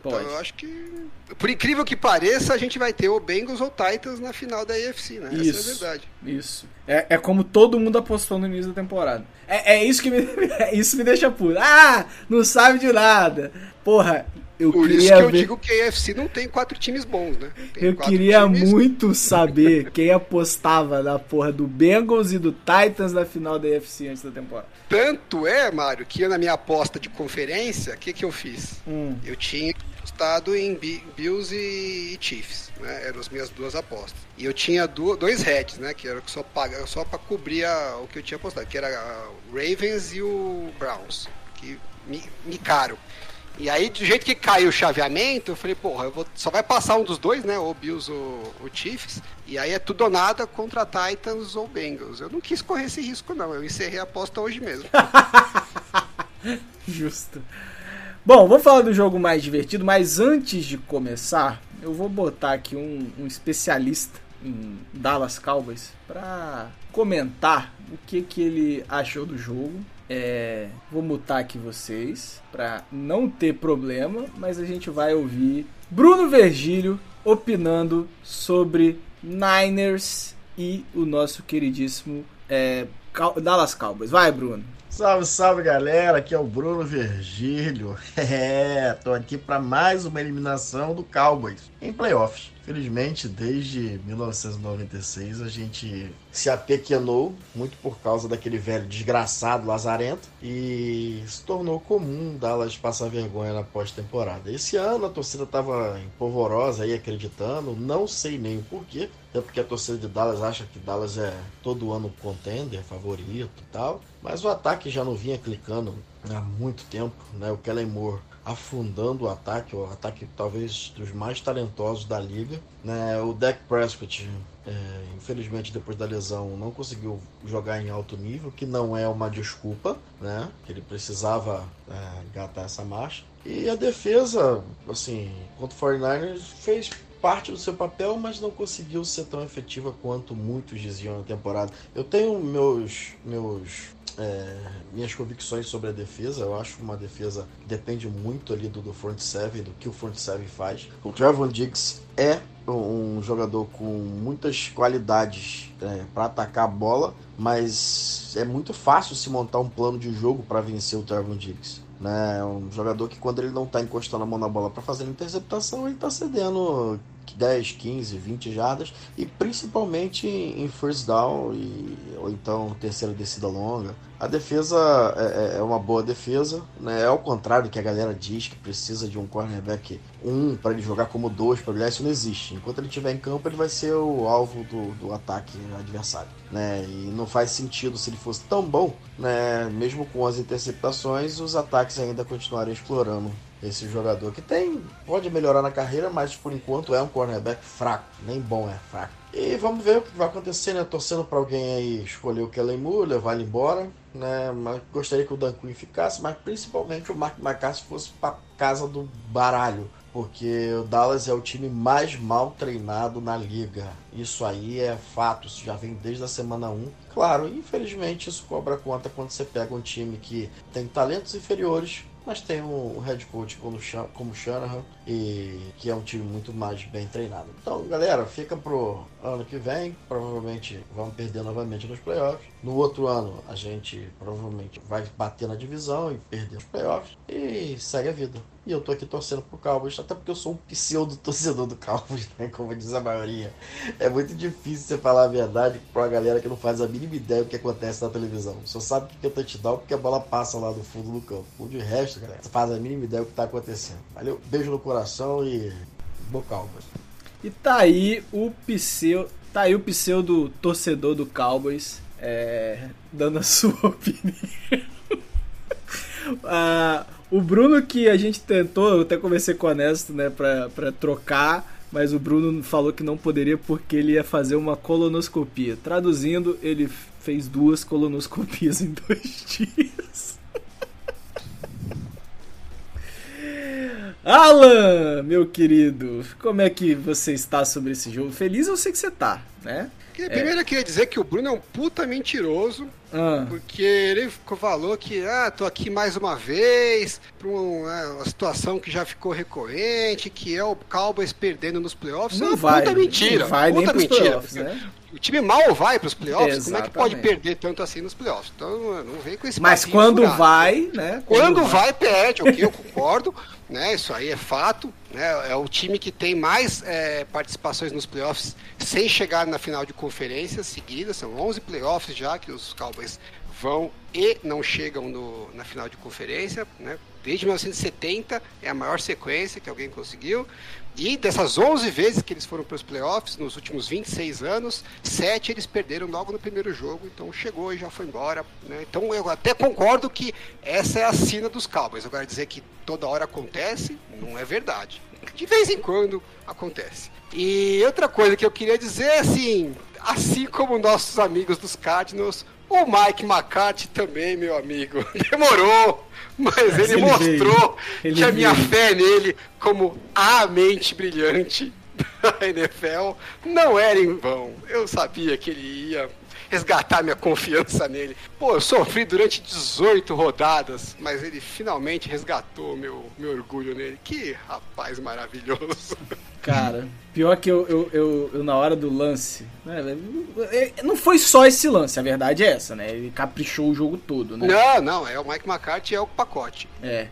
Então eu acho que, por incrível que pareça, a gente vai ter o Bengals ou Titans na final da AFC, né? Isso, essa é a verdade. Isso. É como todo mundo apostou no início da temporada. Isso que isso me deixa puto. Não sabe de nada. Porra, por isso que eu digo que a AFC não tem 4 times bons, né? Eu queria muito saber quem apostava na porra do Bengals e do Titans na final da AFC antes da temporada. Tanto é, Mário, que eu na minha aposta de conferência, o que eu fiz? Eu tinha apostado em Bills e Chiefs, né? Eram as minhas 2 apostas. E eu tinha 2 heads, né? Que era só para cobrir o que eu tinha apostado, que era o Ravens e o Browns, que me caro. E aí, do jeito que caiu o chaveamento, eu falei, porra, só vai passar um dos 2, né? Ou Bills ou Chiefs. E aí é tudo ou nada contra Titans ou Bengals. Eu não quis correr esse risco, não. Eu encerrei a aposta hoje mesmo. Justo. Bom, vou falar do jogo mais divertido, mas antes de começar, eu vou botar aqui um especialista em Dallas Cowboys para comentar o que ele achou do jogo. Vou mutar aqui vocês para não ter problema, mas a gente vai ouvir Bruno Vergílio opinando sobre Niners e o nosso queridíssimo Dallas Cowboys. Vai, Bruno. Salve, salve, galera, aqui é o Bruno Vergílio. Tô aqui para mais uma eliminação do Cowboys em playoffs. Felizmente, desde 1996 a gente se apequenou muito por causa daquele velho desgraçado lazarento e se tornou comum Dallas passar vergonha na pós-temporada. Esse ano a torcida estava empolvorosa aí acreditando, não sei nem o porquê, até porque a torcida de Dallas acha que Dallas é todo ano contender, favorito e tal, mas o ataque já não vinha clicando há muito tempo, né? O Kellen Moore afundando o ataque talvez dos mais talentosos da liga, né? O Dak Prescott, infelizmente depois da lesão não conseguiu jogar em alto nível, que não é uma desculpa, né? Ele precisava engatar essa marcha. E a defesa, assim, contra o 49ers fez parte do seu papel, mas não conseguiu ser tão efetiva quanto muitos diziam na temporada. Eu tenho minhas convicções sobre a defesa. Eu acho uma defesa que depende muito ali do front seven, do que o front seven faz. O Trevon Diggs é um jogador com muitas qualidades para atacar a bola, mas é muito fácil se montar um plano de jogo para vencer o Trevon Diggs. É um jogador que quando ele não está encostando a mão na bola para fazer a interceptação, ele está cedendo 10, 15, 20 jardas e principalmente em first down ou então terceira descida longa. A defesa é uma boa defesa, né? É ao contrário do que a galera diz, que precisa de um cornerback 1 para ele jogar como 2 para brilhar. Isso não existe. Enquanto ele estiver em campo, ele vai ser o alvo do ataque adversário, né? E não faz sentido, se ele fosse tão bom, né? Mesmo com as interceptações, os ataques ainda continuarem explorando esse jogador que pode melhorar na carreira, mas por enquanto é um cornerback fraco, nem bom, é fraco. E vamos ver o que vai acontecer, né? Torcendo para alguém aí escolher o Kellen Moore, levar ele embora, né? Mas gostaria que o Dan Quinn ficasse, mas principalmente o Mark McCarthy fosse para casa do baralho, porque o Dallas é o time mais mal treinado na liga. Isso aí é fato, isso já vem desde a semana 1. Claro, infelizmente isso cobra conta quando você pega um time que tem talentos inferiores, mas tem um head coach como o Shanahan, e que é um time muito mais bem treinado. Então, galera, fica pro ano que vem. Provavelmente vamos perder novamente nos playoffs. No outro ano, a gente provavelmente vai bater na divisão e perder os playoffs. E segue a vida. E eu tô aqui torcendo pro Cowboys, até porque eu sou um pseudo-torcedor do Cowboys, né? Como diz a maioria. É muito difícil você falar a verdade pra uma galera que não faz a mínima ideia do que acontece na televisão. Só sabe o que é touchdown porque a bola passa lá no fundo do campo. O de resto, galera, você faz a mínima ideia do que tá acontecendo. Valeu, beijo no coração e bom Cowboys. E tá aí o pseudo torcedor do Cowboys dando a sua opinião. O Bruno, que a gente tentou, eu até conversei com o Ernesto, né, pra trocar, mas o Bruno falou que não poderia porque ele ia fazer uma colonoscopia. Traduzindo, ele fez 2 colonoscopias em 2 dias. Alan, meu querido, como é que você está sobre esse jogo? Feliz eu sei que você tá, né? Primeiro eu queria dizer que o Bruno é um puta mentiroso, porque ele falou que, tô aqui mais uma vez, pra uma situação que já ficou recorrente, que é o Cowboys perdendo nos playoffs. Não vai, puta mentira, não vai puta nem pros mentira. playoffs, né? O time mal vai pros playoffs, Exatamente. como é que pode perder tanto assim nos playoffs? Então não vem com esse Mas papinho quando furado. vai, né? Quando vai, perde, ok, eu concordo, né? Isso aí é fato, né? É o time que tem mais participações nos playoffs sem chegar na final de conferência seguida, são 11 playoffs já que os Cowboys vão e não chegam na final de conferência, né? Desde 1970 é a maior sequência que alguém conseguiu. E dessas 11 vezes que eles foram para os playoffs, nos últimos 26 anos, 7 eles perderam logo no primeiro jogo, então chegou e já foi embora, né? Então eu até concordo que essa é a sina dos Cowboys. Agora dizer que toda hora acontece, não é verdade. De vez em quando acontece. E outra coisa que eu queria dizer é assim como nossos amigos dos Cardinals, o Mike McCarthy também, meu amigo, demorou, mas ele mostrou que a minha fé nele como a mente brilhante da NFL não era em vão. Eu sabia que ele ia resgatar minha confiança nele. Pô, eu sofri durante 18 rodadas, mas ele finalmente resgatou meu orgulho nele. Que rapaz maravilhoso. Cara, pior que eu na hora do lance, né, não foi só esse lance, a verdade é essa, né? Ele caprichou o jogo todo, né? Não, é o Mike McCarthy, é o pacote.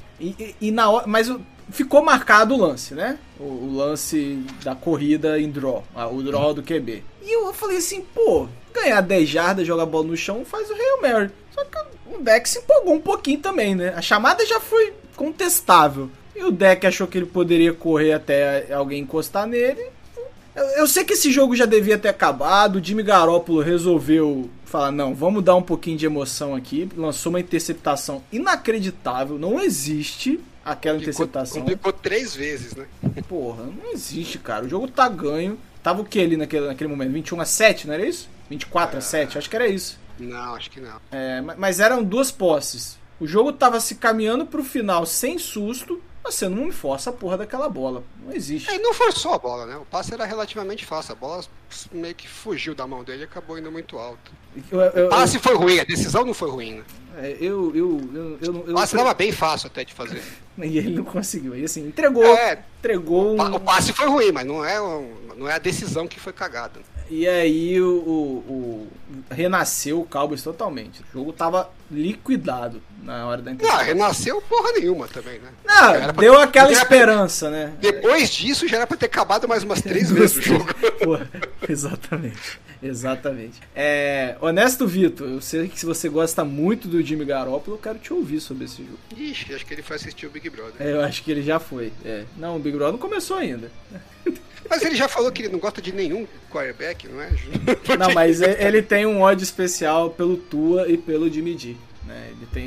E na hora, mas ficou marcado o lance, né? O lance da corrida em draw, o draw do QB. E eu falei assim, pô, ganhar 10 jardas, jogar a bola no chão, faz o Hail Mary. Só que o deck se empolgou um pouquinho também, né? A chamada já foi contestável. E o deck achou que ele poderia correr até alguém encostar nele. Eu sei que esse jogo já devia ter acabado. O Jimmy Garoppolo resolveu falar, não, vamos dar um pouquinho de emoção aqui. Lançou uma interceptação inacreditável. Não existe aquela interceptação. Complicou 3 vezes, né? Porra, não existe, cara. O jogo tá ganho. Tava o que ali naquele momento? 21-7, não era isso? 24-7, acho que era isso. Não, acho que não. Mas eram 2 posses. O jogo tava se caminhando pro final sem susto. Você não me força a porra daquela bola. Não existe. Não forçou a bola, né? O passe era relativamente fácil. A bola meio que fugiu da mão dele e acabou indo muito alto. O passe foi ruim, a decisão não foi ruim, né? O passe estava bem fácil até de fazer. E ele não conseguiu. E assim, entregou. O passe foi ruim, mas não é a decisão que foi cagada. E aí renasceu o Cowboys totalmente. O jogo tava liquidado na hora da interceptação. Renasceu porra nenhuma também, né? Não, deu aquela esperança, né? Depois disso já era pra ter acabado mais umas 3 vezes o jogo. Porra, exatamente. Honesto Vitor, eu sei que se você gosta muito do Jimmy Garoppolo, eu quero te ouvir sobre esse jogo. Ixi, acho que ele foi assistir o Big Brother. Eu acho que ele já foi. Não, o Big Brother não começou ainda. Mas ele já falou que ele não gosta de nenhum quarterback, não é? Não, mas ele tem um ódio especial pelo Tua e pelo Jimmy G, né? Ele tem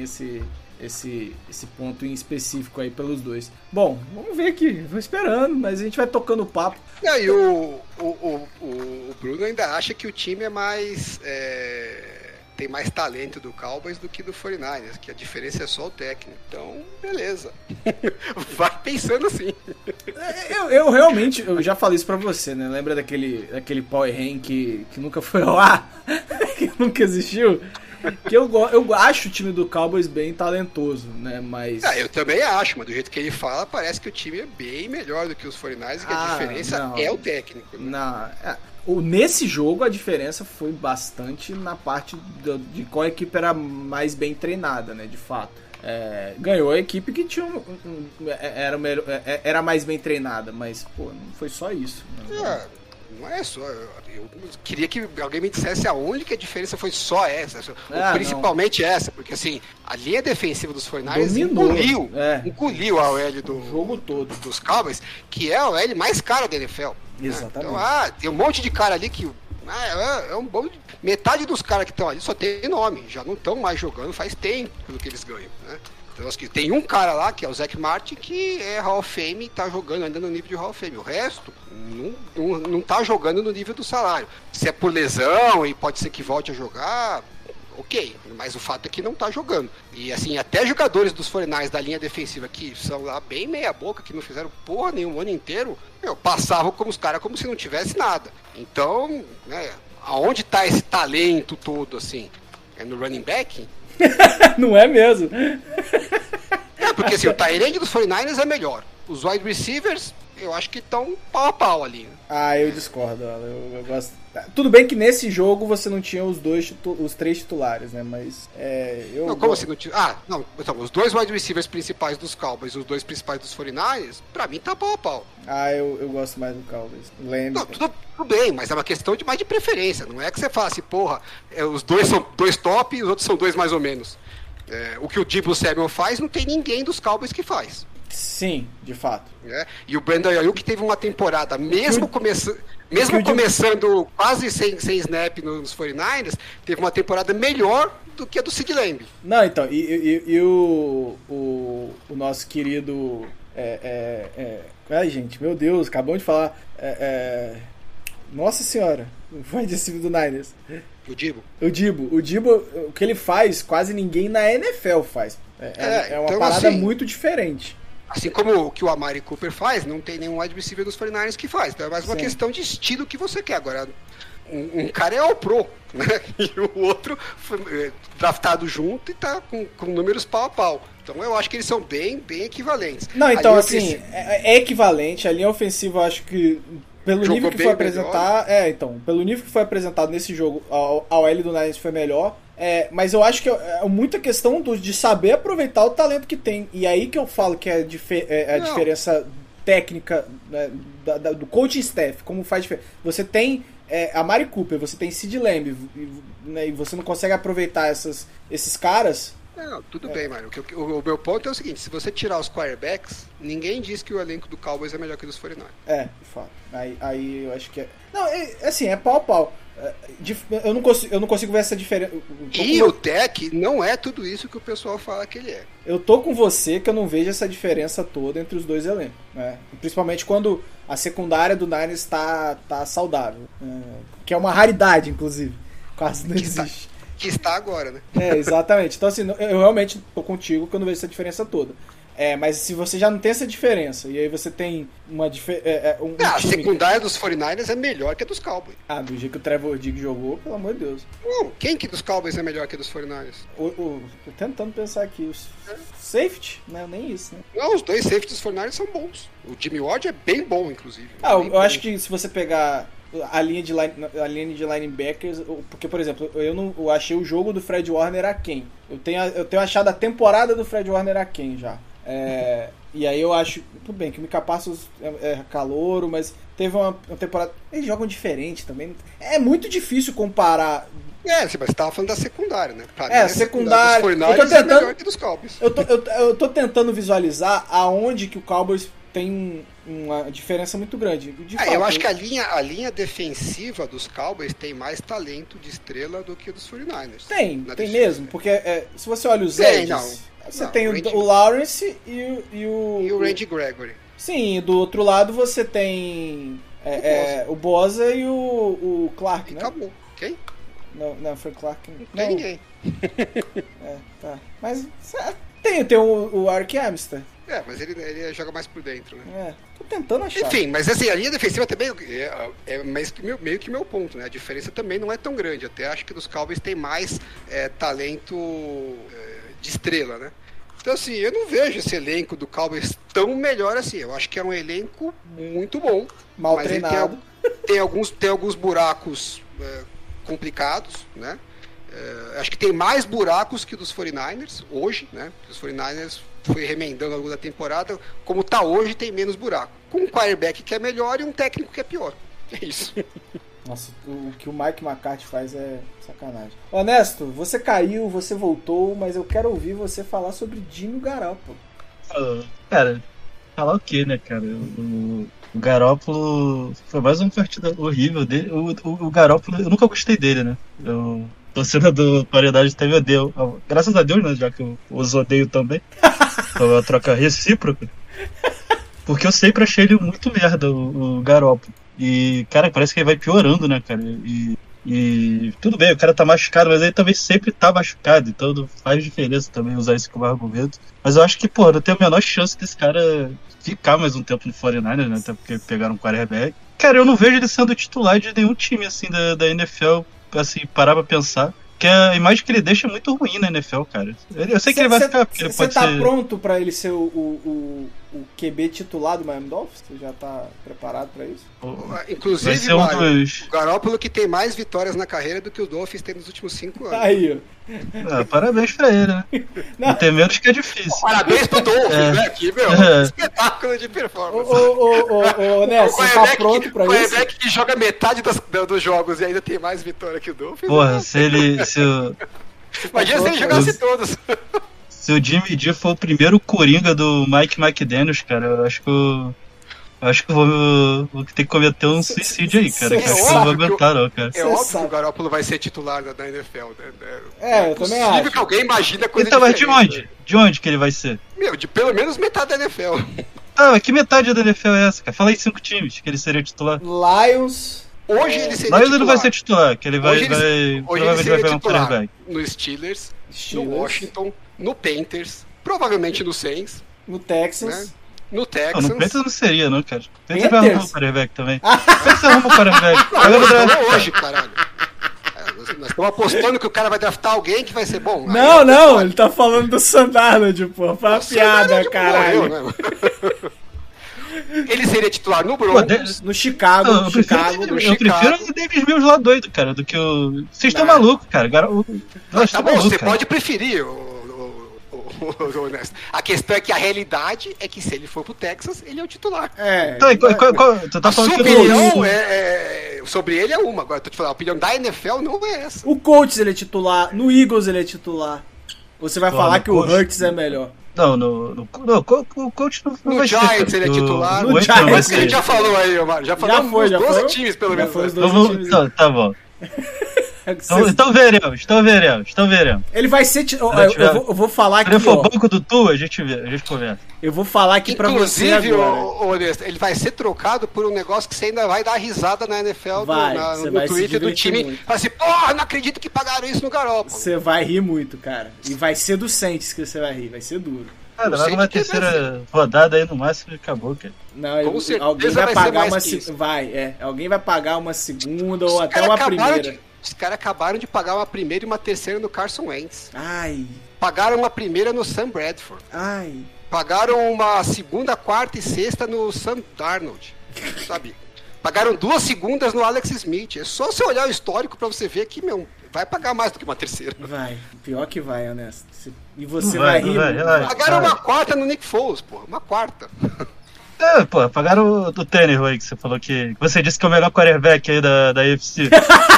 esse ponto em específico aí pelos dois. Bom, vamos ver aqui, vou esperando, mas a gente vai tocando o papo. E o Bruno ainda acha que o time é mais... tem mais talento do Cowboys do que do 49ers, que a diferença é só o técnico. Então, beleza. Vai pensando assim. Eu realmente, eu já falei isso pra você, né? Lembra daquele Power Rank que nunca foi ao ar? Que nunca existiu? Que eu acho o time do Cowboys bem talentoso, né? Mas... eu também acho, mas do jeito que ele fala, parece que o time é bem melhor do que os 49ers e que a diferença é o técnico. Né? Nesse jogo a diferença foi bastante na parte de qual equipe era mais bem treinada, né? De fato. Ganhou a equipe que tinha era mais bem treinada, mas pô, não foi só isso. Né? Não é só. Eu queria que alguém me dissesse aonde que a diferença foi só essa. Principalmente essa, porque assim, a linha defensiva dos 49ers engoliu a OL do jogo todo dos Cowboys, que é a OL mais cara da NFL. Exatamente. Então, tem um monte de cara ali que. Metade dos caras que estão ali só tem nome, já não estão mais jogando faz tempo pelo que eles ganham, né? Então, tem um cara lá, que é o Zach Martin, que é Hall of Fame e tá jogando ainda no nível de Hall of Fame. O resto não tá jogando no nível do salário. Se é por lesão e pode ser que volte a jogar, ok, mas o fato é que não tá jogando. E assim, até jogadores dos 49ers da linha defensiva que são lá bem meia boca, que não fizeram porra nenhum o ano inteiro, passavam como os caras como se não tivesse nada. Então, né, aonde tá esse talento todo, assim? É no running back? Não é mesmo? Porque assim, o tight end dos 49ers é melhor. Os wide receivers, eu acho que estão pau a pau ali. Né? Ah, eu discordo. Eu gosto. Tudo bem que nesse jogo você não tinha os 3 titulares, né? Mas eu. Não, como assim não tinha? Ah, não. Então, os 2 wide receivers principais dos Cowboys e os 2 principais dos 49ers, pra mim tá pau a pau. Ah, eu gosto mais do Cowboys. Não, tudo bem, mas é uma questão mais de preferência. Não é que você fala assim, porra, os 2 são 2 top e os outros são 2 mais ou menos. O que o Deebo Samuel faz, não tem ninguém dos Cowboys que faz. Sim, de fato. E o Brandon Ayuk teve uma temporada, mesmo começando quase sem snap nos 49ers, teve uma temporada melhor do que a do Sid Lamb. Não, então, e o nosso querido... Ai, gente, meu Deus, acabamos de falar... Nossa senhora, foi desse do Niners. O Deebo, o que ele faz, quase ninguém na NFL faz. É uma então, parada assim, muito diferente. Assim como o que o Amari Cooper faz, não tem nenhum wide receiver dos 49ers que faz. Então é mais uma questão de estilo que você quer. Agora, um cara é all pro, né? E o outro foi draftado junto e tá com números pau a pau. Então eu acho que eles são bem equivalentes. Não, então assim, é equivalente. A linha ofensiva, eu acho que pelo nível que foi apresentar, pelo nível que foi apresentado nesse jogo, a OL do Niners foi melhor. Mas eu acho que é muita questão de saber aproveitar o talento que tem. E aí que eu falo que é a diferença técnica, né, do coaching staff, como faz diferença. Você tem a Mari Cooper, você tem Sid Lamb, né, e você não consegue aproveitar esses caras. Não, tudo bem, mano. O meu ponto é o seguinte: se você tirar os quarterbacks, ninguém diz que o elenco do Cowboys é melhor que o dos 49ers. De fato. Aí eu acho que é. Não, assim, é pau a pau. Eu não consigo ver essa diferença. E o Tech não é tudo isso que o pessoal fala que ele é. Eu tô com você que eu não vejo essa diferença toda entre os dois elencos, né? Principalmente quando a secundária do Niners tá saudável. Que é uma raridade, inclusive. Quase não existe. Que está agora, né? Exatamente. Então, assim, eu realmente tô contigo que eu não vejo essa diferença toda. Mas se você já não tem essa diferença, e aí você tem uma diferença. A secundária dos 49ers é melhor que a dos Cowboys. Do jeito que o Trevor Diggs jogou, pelo amor de Deus. Quem que dos Cowboys é melhor que a dos 49ers? Tô tentando pensar aqui. Os safety? Não, nem isso, né? Não, os 2 safety dos 49ers são bons. O Jimmy Ward é bem bom, inclusive. Eu acho que se você pegar a linha de linebackers, porque, por exemplo, eu achei o jogo do Fred Warner aquém. Eu tenho achado a temporada do Fred Warner aquém já. E aí eu acho, tudo bem, que o Micah Parsons é calouro, mas teve uma temporada. Eles jogam diferente também. É muito difícil comparar. Mas você tava falando da secundária, né? A secundária. Eu tô tentando, é melhor que dos Cowboys. Eu tô tentando visualizar aonde que o Cowboys tem uma diferença muito grande. Eu acho que a linha defensiva dos Cowboys tem mais talento de estrela do que a dos 49ers. Tem mesmo, porque se você olha os edges, você tem o Lawrence e o Randy Gregory. Sim, do outro lado você tem o Bosa e o Clark, né? Acabou. Quem? Não, foi Clark. Não tem ninguém. Tá. Mas tem o Ark Amster. Mas ele joga mais por dentro, né? Tô tentando achar. Enfim, mas assim, a linha defensiva também meio que meu ponto, né? A diferença também não é tão grande. Até acho que dos Cowboys tem mais talento de estrela, né? Então assim, eu não vejo esse elenco do Cowboys tão melhor assim. Eu acho que é um elenco muito bom. Mal treinado. Tem alguns buracos complicados, né? Acho que tem mais buracos que dos 49ers hoje, né? Os 49ers foi remendando ao longo da temporada. Como tá hoje, tem menos buraco. Com um quarterback que é melhor e um técnico que é pior. É isso. Nossa, o que o Mike McCarthy faz é sacanagem. Honesto, você caiu, você voltou, mas eu quero ouvir você falar sobre Jimmy Garoppolo. Cara, falar o quê, né, cara? O Garoppolo foi mais uma partida horrível dele. O Garoppolo, eu nunca gostei dele, né? Torcedor variedade teve odeio. Graças a Deus, né? Já que eu os odeio também. Então é uma troca recíproca. Porque eu sempre achei ele muito merda, o Garoppolo. E, cara, parece que ele vai piorando, né, cara? E E tudo bem, o cara tá machucado, mas ele também sempre tá machucado, então não faz diferença também usar isso como argumento. Mas eu acho que, pô, não tem a menor chance desse cara ficar mais um tempo no 49ers, né? Até porque pegaram um quarterback. Cara, eu não vejo ele sendo titular de nenhum time, assim, da NFL, assim, parar pra pensar. Porque a imagem que ele deixa é muito ruim na NFL, cara. Eu sei que ele vai ficar, porque ele pode ser... Você tá pronto pra ele ser o QB titular do Miami Dolphins? Você já tá preparado pra isso? Inclusive, Mário, o Garoppolo que tem mais vitórias na carreira do que o Dolphins tem nos últimos 5 anos. Aí, ó. Parabéns pra ele, né? Não tem menos que é difícil. Parabéns pro Dolphins, né? Aqui, meu, espetáculo de performance. Né, você tá pronto pra isso? O quarterback que joga metade dos jogos e ainda tem mais vitória que o Dolphins. Porra, imagina se ele jogasse todos. Se o Jimmy G for o primeiro coringa do Mike McDaniels, cara, eu acho que eu vou ter que cometer um suicídio aí, cara. Que eu acho que eu não vou aguentar, não, cara. É óbvio que o Garoppolo vai ser titular da NFL. Eu também acho. É possível que alguém imagine a coisa então, diferente. Mas de onde? De onde que ele vai ser? Meu, de pelo menos metade da NFL. Mas que metade da NFL é essa, cara? Fala aí 5 times que ele seria titular. Lions... Hoje ele seria titular. Lions ele não vai ser titular, que ele provavelmente vai pegar um quarterback. No Steelers, no Washington, no Panthers, provavelmente no Saints. No Texans. Né? No Texans. No Panthers não seria, não, cara. O Panthers vai arrumar um quarterback também. O Panthers arruma um quarterback. Não, hoje, caralho. Nós estamos apostando que o cara vai draftar alguém que vai ser bom. Não, ele tá falando do Sandarnold, pô. Foi uma piada, caralho. Morreu, né? Ele seria titular no Broncos, no Chicago. Eu prefiro o Davis Mills lá doido, cara, do que o... Vocês estão malucos, cara. Tá bom, você pode preferir o Ernesto. A questão é que a realidade é que se ele for pro Texas, ele é o titular. Tu tá falando a sua opinião sobre ele é uma. Agora, tô te falando, a opinião da NFL não é essa. O Colts ele é titular, no Eagles ele é titular. Você vai falar que o Hurts é melhor. Não, o coach não vai ser. No Giants ele é titular. No Giants a gente já falou aí, Omar. Já falamos dos 12 times, pelo menos. Então, tá bom. Então veremos. Ele vai ser. Eu vou falar aqui. Se ele for banco do Tu, a gente conversa. Eu vou falar aqui pra você agora. Inclusive, ele vai ser trocado por um negócio que você ainda vai dar risada na NFL, no Twitter do time. Vai assim, porra, não acredito que pagaram isso no Garoppolo. Você vai rir muito, cara. E vai ser do Saints que você vai rir. Vai ser duro. Cara, vai numa terceira rodada aí no máximo e acabou, cara. Não, alguém vai pagar uma alguém vai pagar uma segunda ou até uma primeira. Os caras acabaram de pagar uma primeira e uma terceira no Carson Wentz. Ai. Pagaram uma primeira no Sam Bradford. Ai. Pagaram uma segunda, quarta e sexta no Sam Darnold. Sabe? Pagaram 2 segundas no Alex Smith. É só você olhar o histórico pra você ver que, vai pagar mais do que uma terceira. Vai. Pior que vai, Ernesto. E você vai rir. Pagaram uma quarta no Nick Foles, pô. Uma quarta. Pagaram o Tannehill aí que você falou que... Você disse que é o melhor quarterback aí da AFC.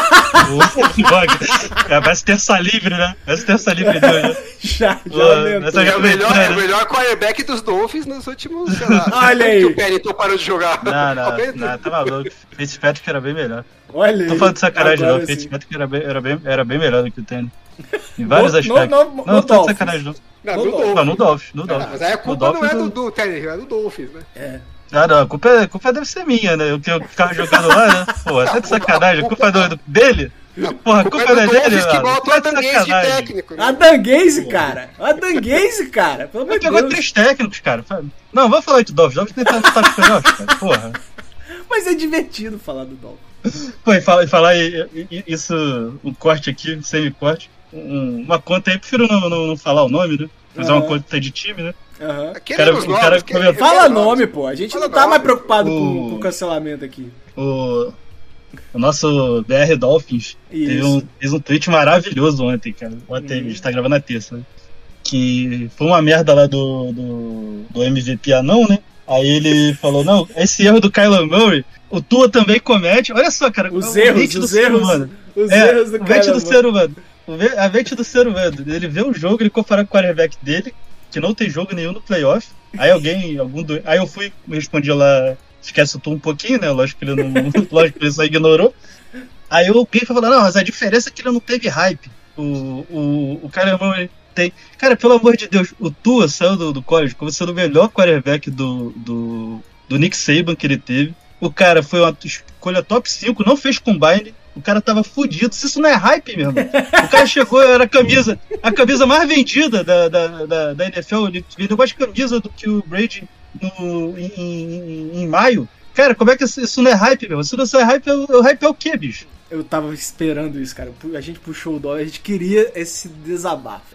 Parece terça livre, né? Parece terça livre dele, né? Já é o melhor quarterback dos Dolphins nos últimos, sei lá. Olha aí. Que o Pennington parou de jogar. Não, tá maluco. Fitzpatrick era bem melhor. Olha aí. Tô falando de sacanagem, não. Fitzpatrick era bem melhor do que o Tannehill. Em vários aspectos. Não tô de sacanagem, não. No Dolphins. Mas aí a culpa não é do Tannehill, é do Dolphins, né? Não, a culpa deve ser minha, né? Eu que ficava jogando lá, né? Pô, tá de sacanagem. A culpa é dele? Porra, a culpa não é dele, que botou a Danguese de técnico. A Danguese, cara. Pelo amor de Deus. Pegou 3 técnicos, cara. Não, vamos falar de Dolphins. Dolphins tentando estar com playoffs, cara. Porra. Mas é divertido falar do Dolphins. Pô, e falar isso, um corte aqui, semi-corte. Uma conta aí, prefiro não falar o nome, né? Fazer uma conta de time, né? Fala nome, pô. A gente não tá mais preocupado com o cancelamento aqui. O nosso BR Dolphins fez um tweet maravilhoso ontem, cara. Ontem, a gente tá gravando na terça, né? Que foi uma merda lá do MVP anão, né? Aí ele falou, não, esse erro do Kyler Murray, o Tua também comete. Olha só, cara. Os erros do Kyler Murray. A mente do ser humano. Ele vê o jogo, ele comparar com o quarterback dele, que não tem jogo nenhum no playoff. Aí aí eu fui, respondi lá, esquece o Tua um pouquinho, né? Lógico que ele só ignorou. Aí alguém foi falar, não, mas a diferença é que ele não teve hype. O Kyler Murray tem. Cara, pelo amor de Deus, o Tua saiu do college como sendo o melhor quarterback do Nick Saban que ele teve. O cara foi uma escolha top 5, não fez combine. O cara tava fudido. Isso não é hype, meu irmão. O cara chegou, era a camisa mais vendida da NFL. Ele vendeu mais camisa do que o Brady em maio. Cara, como é que isso não é hype, meu? Se não é hype, o hype é o quê, bicho? Eu tava esperando isso, cara. A gente puxou o dólar, a gente queria esse desabafo.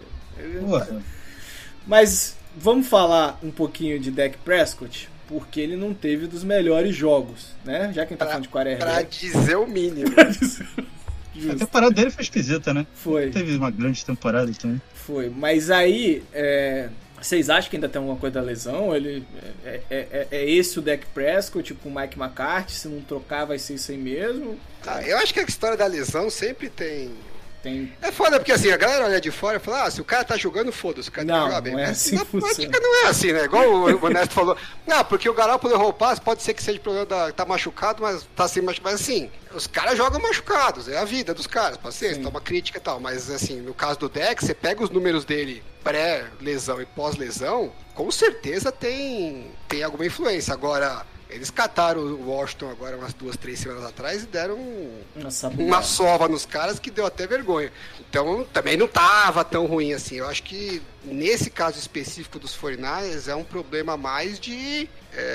Mas vamos falar um pouquinho de Dak Prescott, porque ele não teve dos melhores jogos, né? Já que a gente tá falando de quarterback. Pra dizer o mínimo. A temporada dele foi esquisita, né? Foi. Teve uma grande temporada também. Foi. Mas aí, vocês acham que ainda tem alguma coisa da lesão? Ele é esse o Dak Prescott com o Mike McCarthy? Se não trocar, vai ser isso aí mesmo? Eu acho que a história da lesão sempre tem... Tem... É foda, porque assim, a galera olha de fora e fala, se o cara tá jogando, foda-se, o cara tem que jogar bem. Não é assim na prática não é assim, né? Igual o Ernesto falou, porque o Garoppolo errou o passe, pode ser que seja problema tá machucado, mas tá assim, mas assim, os caras jogam machucados, é a vida dos caras, paciência, toma crítica e tal, mas assim, no caso do Dak, você pega os números dele pré-lesão e pós-lesão, com certeza tem alguma influência. Agora, eles cataram o Washington agora umas 2-3 semanas atrás e deram uma sova nos caras que deu até vergonha. Então, também não tava tão ruim assim. Eu acho que, nesse caso específico dos 49ers, é um problema mais de...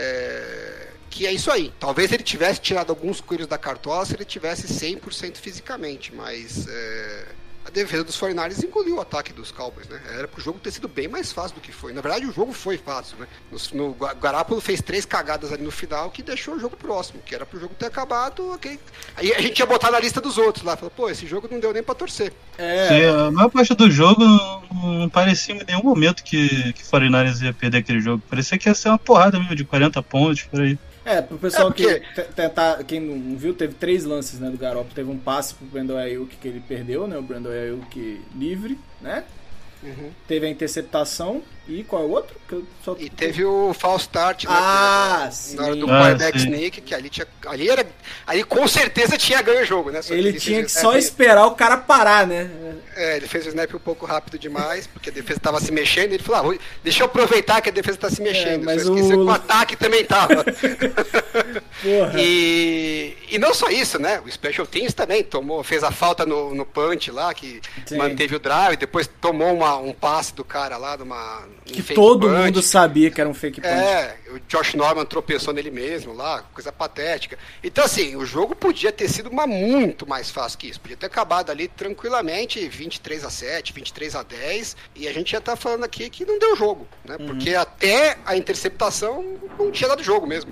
que é isso aí. Talvez ele tivesse tirado alguns coelhos da cartola se ele tivesse 100% fisicamente, mas... a defesa dos 49ers engoliu o ataque dos Cowboys, né? Era pro jogo ter sido bem mais fácil do que foi. Na verdade, o jogo foi fácil, né? O Garoppolo fez 3 cagadas ali no final que deixou o jogo próximo, que era pro jogo ter acabado. Aí a gente ia botar na lista dos outros lá. Falou, pô, esse jogo não deu nem pra torcer. A maior parte do jogo não parecia em nenhum momento que o 49ers ia perder aquele jogo. Parecia que ia ser uma porrada mesmo de 40 pontos, por aí. Pro pessoal quem não viu, teve 3 lances, né, do Garoppolo. Teve um passe pro Brandon Ayuk que ele perdeu, né, o Brandon Ayuk livre, né? Uhum. Teve a interceptação e qual é o outro? E teve o false start, né? Sim. Na hora do quarterback sneak, que ali com certeza tinha ganho o jogo, né? Ele tinha que só esperar o cara parar, né? Ele fez o snap um pouco rápido demais, porque a defesa estava se mexendo, e ele falou, deixa eu aproveitar que a defesa está se mexendo. Mas só esqueci que o ataque também tava. Porra. E não só isso, né? O Special Teams também fez a falta no punch lá, que manteve o drive, depois tomou um passe do cara lá, que todo mundo sabia que era um fake punch. O Josh Norman tropeçou nele mesmo lá, coisa patética. Então, assim, o jogo podia ter sido muito mais fácil que isso. Podia ter acabado ali tranquilamente, 23-7, 23-10, e a gente já tá falando aqui que não deu jogo, né? Porque até a interceptação não tinha dado jogo mesmo.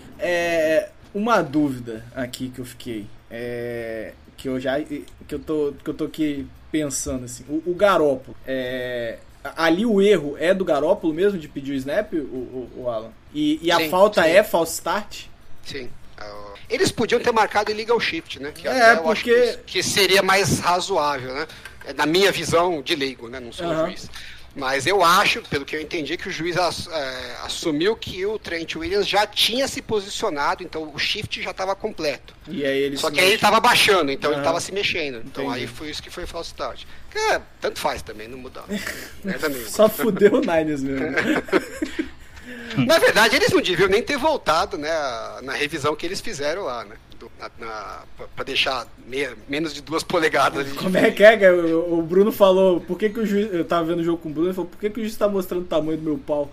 Uma dúvida aqui que eu fiquei, que eu tô aqui pensando assim, o Garoppolo, ali o erro é do Garoppolo mesmo de pedir o snap, o Alan? E a falta é false start? Sim. Eles podiam ter marcado illegal shift, né? Que porque... eu acho que seria mais razoável, né? Na minha visão de leigo, né? Não sou juiz. Mas eu acho, pelo que eu entendi, que o juiz assumiu que o Trent Williams já tinha se posicionado, então o shift já estava completo. E aí Só que aí ele estava baixando, então ele estava se mexendo. Então aí foi isso que foi false start. Tanto faz também, não muda. Só fudeu o Niners mesmo. Na verdade, eles não deviam nem ter voltado, né, na revisão que eles fizeram lá, né? Pra deixar menos de 2 polegadas. Como é que é? O Bruno falou, por que o juiz... Eu tava vendo o jogo com o Bruno, ele falou, por que o juiz tá mostrando o tamanho do meu pau?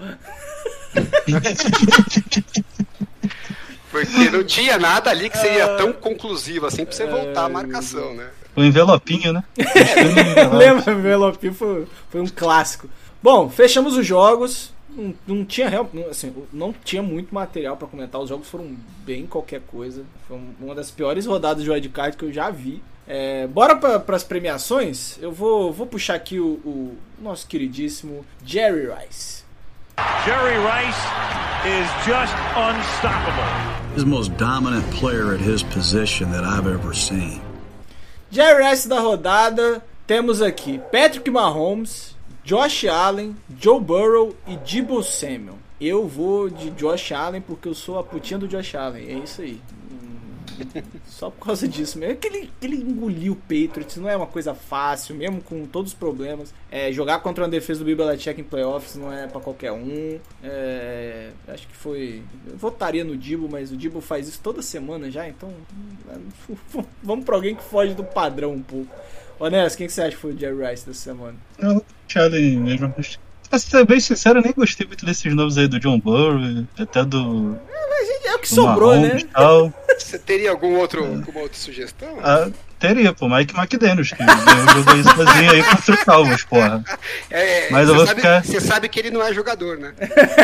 Porque não tinha nada ali que seria tão conclusivo assim pra você voltar a marcação, né? O envelopinho, né? Lembra, o envelopinho foi um clássico. Bom, fechamos os jogos. Não tinha muito material pra comentar. Os jogos foram bem qualquer coisa. Foi uma das piores rodadas de wildcard que eu já vi. Bora para as premiações. Eu vou puxar aqui o nosso queridíssimo Jerry Rice. Jerry Rice is just unstoppable. He's the most dominant player at his position that I've ever seen. Jerry Rice da rodada. Temos aqui Patrick Mahomes, Josh Allen, Joe Burrow e Deebo Samuel. Eu vou de Josh Allen porque eu sou a putinha do Josh Allen. É isso aí. Só por causa disso mesmo. Que ele engoliu o Patriots, não é uma coisa fácil, mesmo com todos os problemas. Jogar contra uma defesa do Bill Belichick em playoffs não é pra qualquer um. Acho que foi... Eu votaria no Debo, mas o Debo faz isso toda semana já, então... Vamos pra alguém que foge do padrão um pouco. Honesto, quem que você acha que foi o Jerry Rice dessa semana? Eu Charlie mesmo. Pra ser bem sincero, eu nem gostei muito desses nomes aí do John Burrow, até do... É o que sobrou, Mahomes, né? Tal. Você teria alguma outra sugestão? Teria, pô, Mike McDaniels, que jogou isso sozinho aí contra o Cowboys, porra. Mas eu vou ficar... Você sabe que ele não é jogador, né?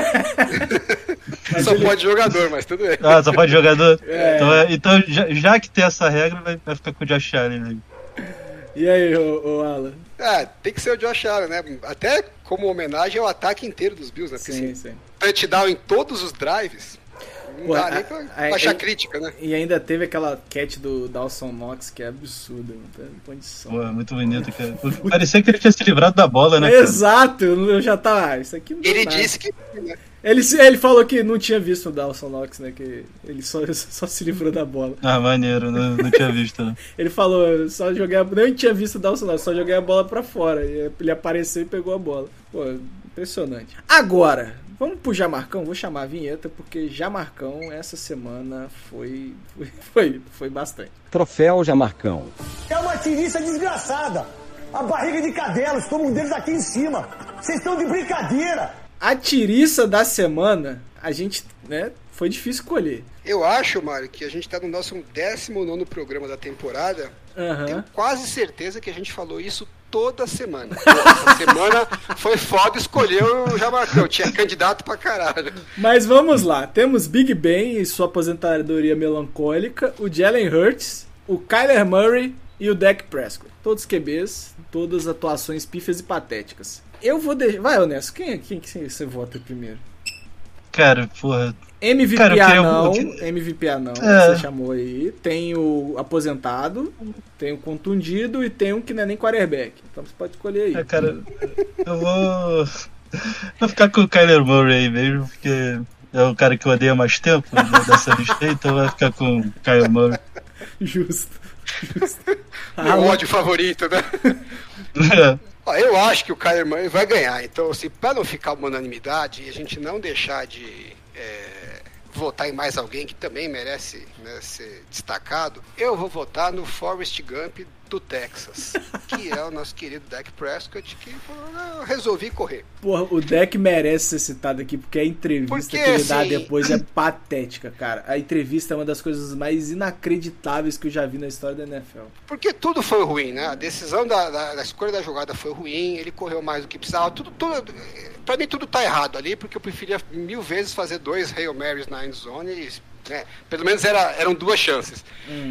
Só pode jogador, mas tudo bem. Só pode jogador? Então já que tem essa regra, vai ficar com o Josh Allen aí. E aí, ô Alan? Tem que ser o Josh Allen, né? Até como homenagem ao ataque inteiro dos Bills, né? Porque sim. Touchdown em todos os drives, não dá nem pra achar crítica, né? E ainda teve aquela catch do Dawson Knox, que é absurda, não tem condição. Pô, muito bonito, cara. Parecia que ele tinha se livrado da bola, né, cara? Exato, eu já tava... Isso aqui não Ele nada. disse que... Né? Ele falou que não tinha visto o Dawson Knox, né? Que ele só se livrou da bola. Maneiro, não tinha visto, né? Ele falou, só joguei nem tinha visto o Dawson Knox, só joguei a bola pra fora. E ele apareceu e pegou a bola. Pô, impressionante. Agora, vamos pro Jamarcão? Vou chamar a vinheta, porque Jamarcão essa semana foi bastante. Troféu Jamarcão. É uma tiriça desgraçada. A barriga de cadela, estou um deles aqui em cima. Vocês estão de brincadeira. A tiriça da semana, a gente, né, foi difícil escolher. Eu acho, Mário, que a gente tá no nosso 19º programa da temporada. Tenho quase certeza que a gente falou isso toda semana. Essa semana foi foda escolher o Jamarcão. Tinha candidato pra caralho. Mas vamos lá. Temos Big Ben e sua aposentadoria melancólica, o Jalen Hurts, o Kyler Murray e o Dak Prescott. Todos QBs, todas atuações pífias e patéticas. Eu vou deixar... Vai, Honesto, quem que você vota primeiro? Cara, porra... MVP cara, anão, você chamou aí. Tem o aposentado, tem o contundido e tem um que não é nem quarterback. Então você pode escolher aí. Cara, eu vou ficar com o Kyler Murray aí mesmo, porque é o cara que eu odeio há mais tempo, né, dessa lista aí, então vai ficar com o Kyler Murray. Justo. Meu ódio favorito, né? Eu acho que o Kyler Murray vai ganhar. Então, assim, para não ficar uma unanimidade e a gente não deixar de votar em mais alguém que também merece, né, ser destacado, eu vou votar no Forrest Gump do Texas, que é o nosso querido Dak Prescott, que eu resolvi correr. Porra, o Dak merece ser citado aqui, porque a entrevista que ele dá depois é patética, cara. A entrevista é uma das coisas mais inacreditáveis que eu já vi na história da NFL. Porque tudo foi ruim, né? A decisão da escolha da jogada foi ruim, ele correu mais do que precisava, tudo pra mim tudo tá errado ali, porque eu preferia 1000 vezes fazer 2 Hail Marys na end zone e, né, pelo menos eram 2 chances.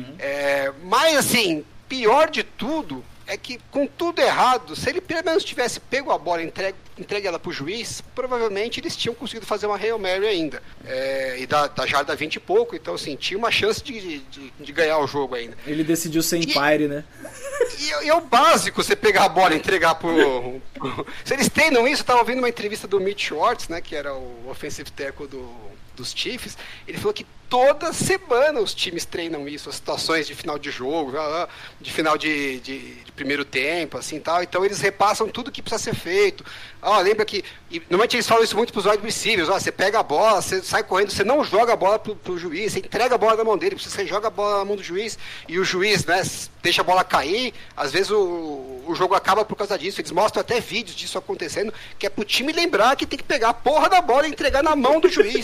Mas assim, pior de tudo é que, com tudo errado, se ele pelo menos tivesse pego a bola e entregue ela pro juiz, provavelmente eles tinham conseguido fazer uma Hail Mary ainda. E da jarda 20 e pouco, então assim, tinha uma chance de ganhar o jogo ainda. Ele decidiu ser empire, né? E é o básico, você pegar a bola e entregar pro... Se eles treinam isso, eu tava ouvindo uma entrevista do Mitch Schwartz, né, que era o offensive tackle dos Chiefs, ele falou que toda semana os times treinam isso, as situações de final de jogo, de final de primeiro tempo, assim, tal. Então eles repassam tudo que precisa ser feito. Lembra que... normalmente eles falam isso muito pros wide receivers. Você pega a bola, você sai correndo, você não joga a bola pro juiz, você entrega a bola na mão dele, você joga a bola na mão do juiz, e o juiz, né, deixa a bola cair. Às vezes o jogo acaba por causa disso. Eles mostram até vídeos disso acontecendo, que é pro time lembrar que tem que pegar a porra da bola e entregar na mão do juiz.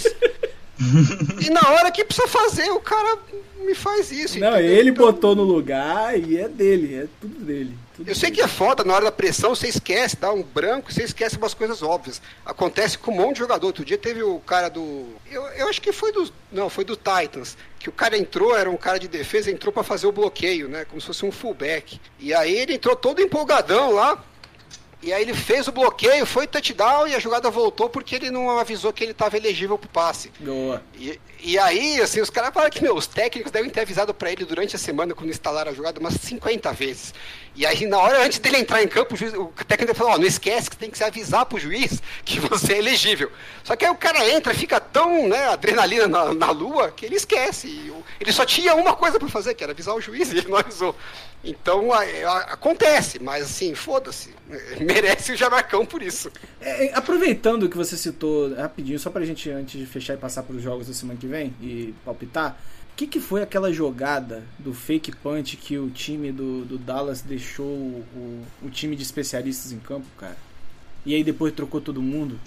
E na hora que precisa fazer, o cara me faz isso. Não, entendeu? Ele botou no lugar e é dele, é tudo dele. Eu sei que é foda, na hora da pressão você esquece, dá um branco, você esquece umas coisas óbvias. Acontece com um monte de jogador. Outro dia teve o cara do... Eu acho que foi do Titans, que o cara entrou, era um cara de defesa, entrou pra fazer o bloqueio, né, como se fosse um fullback. E aí ele entrou todo empolgadão lá, E aí ele fez o bloqueio, foi touchdown e a jogada voltou porque ele não avisou que ele estava elegível pro passe. Boa. E aí, assim, os caras falaram que, os técnicos devem ter avisado pra ele durante a semana quando instalaram a jogada umas 50 vezes. E aí, na hora, antes dele entrar em campo, o técnico falou, não esquece que tem que se avisar pro juiz que você é elegível. Só que aí o cara entra, fica tão, né, adrenalina na lua, que ele esquece. Ele só tinha uma coisa pra fazer, que era avisar o juiz, e ele não avisou. Então, acontece, mas assim, foda-se. Merece o Jamarcão por isso. Aproveitando que você citou rapidinho, só pra gente, antes de fechar e passar pros jogos da semana que vem e palpitar, o que foi aquela jogada do fake punch que o time do Dallas deixou o time de especialistas em campo, cara? E aí depois trocou todo mundo?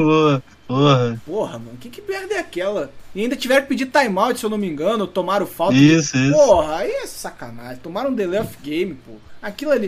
Porra, mano, que merda é aquela? E ainda tiveram que pedir timeout, se eu não me engano, tomaram falta. Isso. Porra, aí é sacanagem. Tomaram um delay of game, pô. Aquilo ali...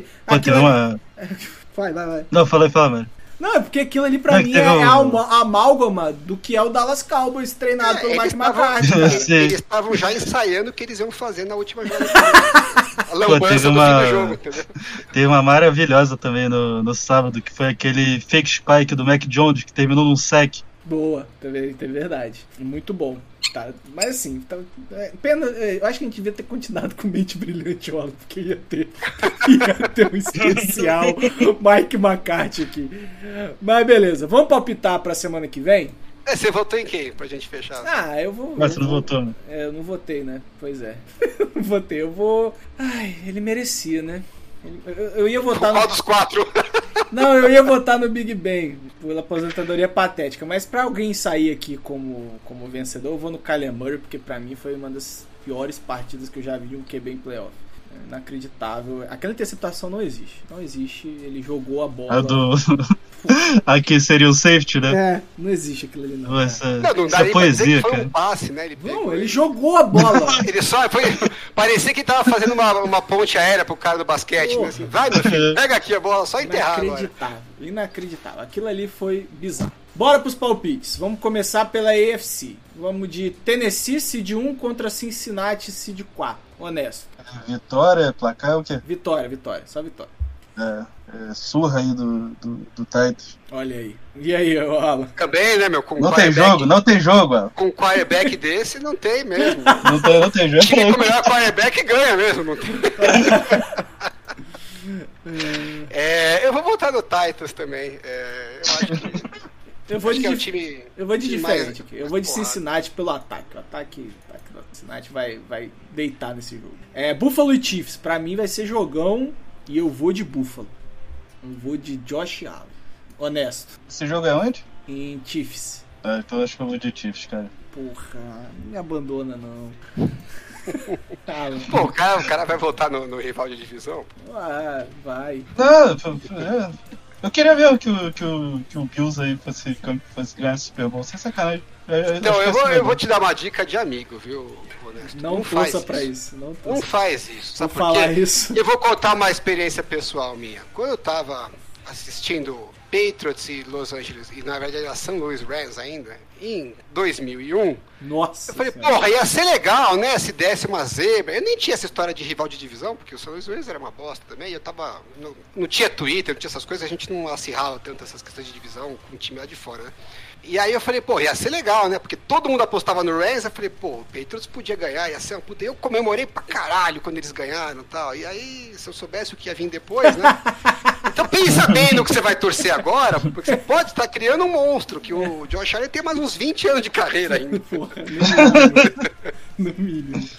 Vai. Não, fala, mano. Não, é porque aquilo ali pra mim é a amálgama do que é o Dallas Cowboys treinado pelo Mike McCarthy. Eles estavam já ensaiando o que eles iam fazer na última jogada. A lambança do fim do jogo, entendeu? Teve uma maravilhosa também no sábado, que foi aquele fake spike do Mac Jones, que terminou num sack. Boa, é verdade. Muito bom. Tá, mas assim, pena, eu acho que a gente devia ter continuado com Mente Brilhante, Ola, porque ia ter um especial Mike McCarthy aqui. Mas beleza, vamos palpitar pra semana que vem? Você votou em quem, pra gente fechar? Eu vou... Mas você não votou, né? Eu não votei, né? Pois é. Não votei, eu vou... ele merecia, né? Eu ia votar Qual dos 4? Não, eu ia votar no Big Ben pela aposentadoria patética, mas pra alguém sair aqui como vencedor, eu vou no Kyler Murray, porque pra mim foi uma das piores partidas que eu já vi de um QB em playoff. Inacreditável. Aquela interceptação não existe, ele jogou a bola. Aqui seria o safety, né? Não existe aquilo ali não. Não dá nem pra dizer que foi um passe, né? Ele jogou a bola. Ele só foi... Parecia que tava fazendo uma ponte aérea pro cara do basquete, né? Assim, vai, meu filho, pega aqui a bola, só enterrar agora. Inacreditável. Aquilo ali foi bizarro. Bora pros palpites. Vamos começar pela AFC. Vamos de Tennessee, seed 1 contra Cincinnati, seed 4. Honesto. Vitória, placar é o quê? Vitória, só vitória. Surra aí do Titans. Olha aí. E aí, Alan? Também, né, meu? Não tem jogo, Alan. Com um quarterback desse, não tem mesmo. Não tem jogo. Quem com o melhor quarterback ganha mesmo, não tem. Eu vou voltar no Titans também. Eu acho que... Eu vou de diferente aqui. Eu vou de Cincinnati pelo ataque. O ataque do Cincinnati vai deitar nesse jogo. Buffalo e Chiefs. Pra mim vai ser jogão e eu vou de Buffalo. Eu vou de Josh Allen. Honesto. Esse jogo é onde? Em Chiefs. Então acho que eu vou de Chiefs, cara. Porra, não me abandona não. Pô, o cara vai voltar no rival de divisão? Vai. Não, eu queria ver que o Bills aí fosse ganhar o Super Bowl, sem sacanagem. Então, eu vou te dar uma dica de amigo, viu, Honesto? Não torça pra isso. Não faz isso. Sabe por quê? Isso. Eu vou contar uma experiência pessoal minha. Quando eu tava assistindo Patriots e Los Angeles, e na verdade era St. Louis Rams ainda, em 2001, nossa, eu falei, porra, ia ser legal, né, se desse uma zebra. Eu nem tinha essa história de rival de divisão, porque o St. Louis Rams era uma bosta também, eu tava, não tinha Twitter, não tinha essas coisas, a gente não acirrava tanto essas questões de divisão com o time lá de fora, né. E aí eu falei, pô, ia ser legal, né? Porque todo mundo apostava no Rams, eu falei, pô, o Patriots podia ganhar, ia ser uma puta. Eu comemorei pra caralho quando eles ganharam e tal. E aí, se eu soubesse o que ia vir depois, né? Então pensa bem no que você vai torcer agora, porque você pode estar criando um monstro, que o Josh Allen tem mais uns 20 anos de carreira ainda. Porra, no mínimo.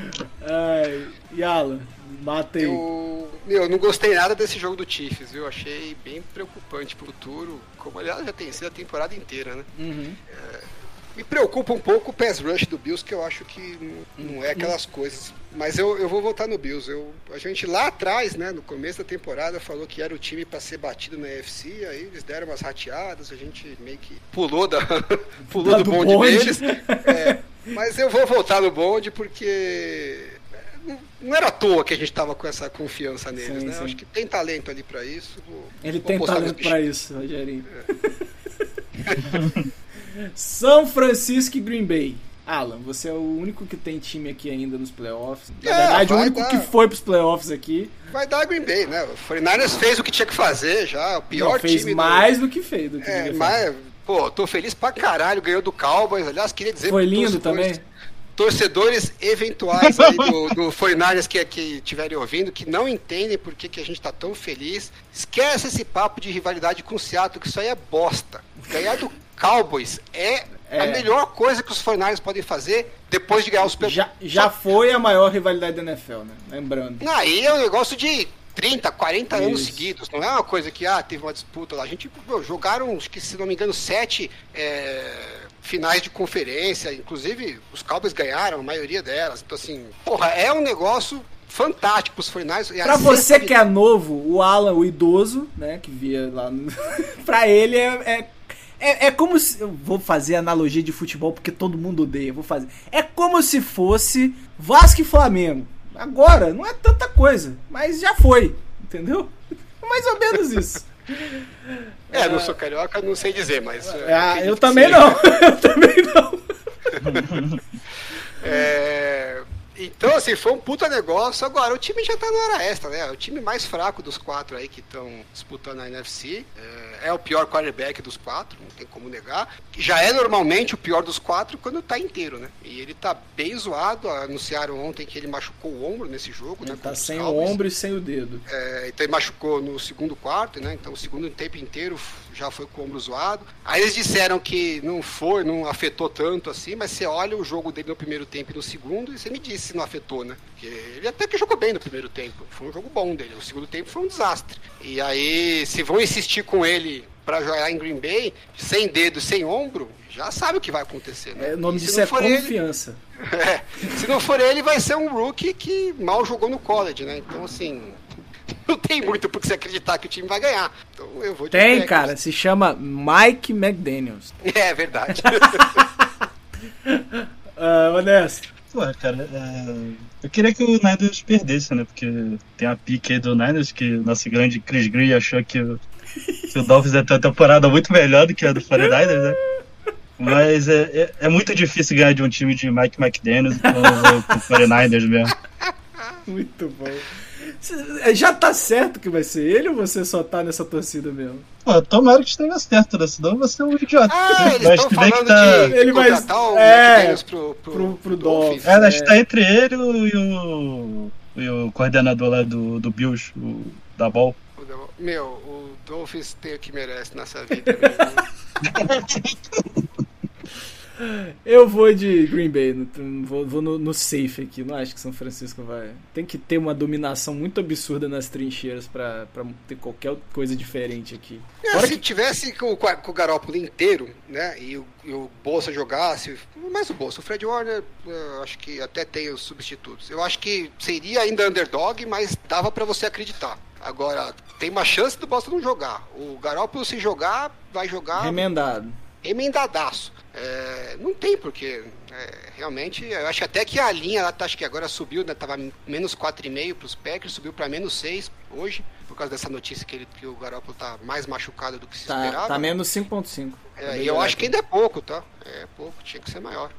E Alan, mata aí. Eu não gostei nada desse jogo do Chiefs, viu? Achei bem preocupante pro futuro, como aliás já tem sido a temporada inteira, né? Uhum. Me preocupa um pouco o pass rush do Bills, que eu acho que não é aquelas coisas. Mas eu vou voltar no Bills. A gente lá atrás, né, no começo da temporada, falou que era o time para ser batido na UFC, aí eles deram umas rateadas, a gente meio que pulou do bonde deles. Mas eu vou voltar no bonde porque... Não era à toa que a gente tava com essa confiança neles, né? Sim. Acho que tem talento ali pra isso. Ele tem talento pra isso, Rogerinho. São Francisco e Green Bay. Alan, você é o único que tem time aqui ainda nos playoffs. Na verdade, o único que foi pros playoffs aqui. Vai dar Green Bay, né? O 49ers fez o que tinha que fazer já. O pior Não, fez time. Mais do que fez. Mas, pô, tô feliz pra caralho. Ganhou do Cowboys. Aliás, queria dizer. Foi lindo também. Torcedores eventuais aí do 49ers que estiverem ouvindo, que não entendem por que a gente tá tão feliz. Esquece esse papo de rivalidade com o Seattle, que isso aí é bosta. Ganhar do Cowboys é a melhor coisa que os 49ers podem fazer depois de ganhar os Super Bowl. Já foi a maior rivalidade da NFL, né? Lembrando. Aí é um negócio de 30, 40 anos seguidos. Não é uma coisa que, teve uma disputa lá. A gente jogaram, acho que, se não me engano, 7 finais de conferência. Inclusive, os Cowboys ganharam a maioria delas. Então, assim, porra, é um negócio fantástico pros 49ers. Pra você que é novo, o Alan, o idoso, né, que via lá no... pra ele é como se... Eu vou fazer analogia de futebol porque todo mundo odeia, vou fazer. É como se fosse Vasco e Flamengo. Agora, não é tanta coisa, mas já foi, entendeu? Mais ou menos isso. Não sou carioca, não sei dizer, mas... eu também não. Eu também não. Então, assim, foi um puta negócio. Agora, o time já tá na hora extra, né? O time mais fraco dos 4 aí que estão disputando a NFC. É o pior quarterback dos 4, não tem como negar. Já é normalmente o pior dos 4 quando tá inteiro, né? E ele tá bem zoado. Anunciaram ontem que ele machucou o ombro nesse jogo, ele né? Tá sem o ombro e sem o dedo. Então ele machucou no segundo quarto, né? Então o segundo tempo inteiro já foi com o ombro zoado. Aí eles disseram que não afetou tanto assim, mas você olha o jogo dele no primeiro tempo e no segundo e você me disse se não afetou, né? Porque ele até que jogou bem no primeiro tempo. Foi um jogo bom dele. O segundo tempo foi um desastre. E aí, se vão insistir com ele pra jogar em Green Bay, sem dedo, sem ombro, já sabe o que vai acontecer, né? O nome disso é confiança. Se não for ele, vai ser um rookie que mal jogou no college, né? Então, assim, não tem muito por que você acreditar que o time vai ganhar. Então, eu vou de Tem, cara. Se chama Mike McDaniels. É verdade. Honesto. Pô, cara, eu queria que o Niners perdesse, né? Porque tem a pique aí do Niners, que nosso grande Chris Greer achou que o Dolphins ia ter uma temporada muito melhor do que a do 49ers, né? Mas é muito difícil ganhar de um time de Mike McDaniels, então eu vou com o 49ers mesmo. Muito bom. Já tá certo que vai ser ele ou você só tá nessa torcida mesmo? Pô, tomara que esteja certo, né? Senão você é um idiota. Eles estão falando de ele vai contratar o McDaniels pro Dolphins. Acho que tá entre ele e o coordenador lá do Bills, da Ball. O Dolphins tem o que merece nessa vida mesmo. Eu vou de Green Bay, vou no safe aqui. Não acho que São Francisco vai. Tem que ter uma dominação muito absurda nas trincheiras pra ter qualquer coisa diferente aqui. Se tivesse com o Garoppolo inteiro, né, e o Bolsa jogasse, mais o Bolsa, o Fred Warner, acho que até tem os substitutos. Eu acho que seria ainda underdog, mas dava pra você acreditar. Agora, tem uma chance do Bolsa não jogar. O Garoppolo, se jogar, vai jogar... Remendadaço. Não tem porque realmente, eu acho até que a linha lá, acho que agora subiu, né, tava menos 4,5 pros Packers, subiu pra menos 6 hoje, por causa dessa notícia que o Garoppolo tá mais machucado do que se esperava. Tá menos 5,5. E eu acho que ainda é pouco, tá? É pouco, tinha que ser maior.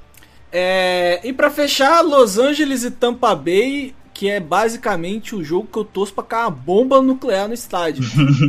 E pra fechar, Los Angeles e Tampa Bay, que é basicamente o jogo que eu torço pra cair uma bomba nuclear no estádio.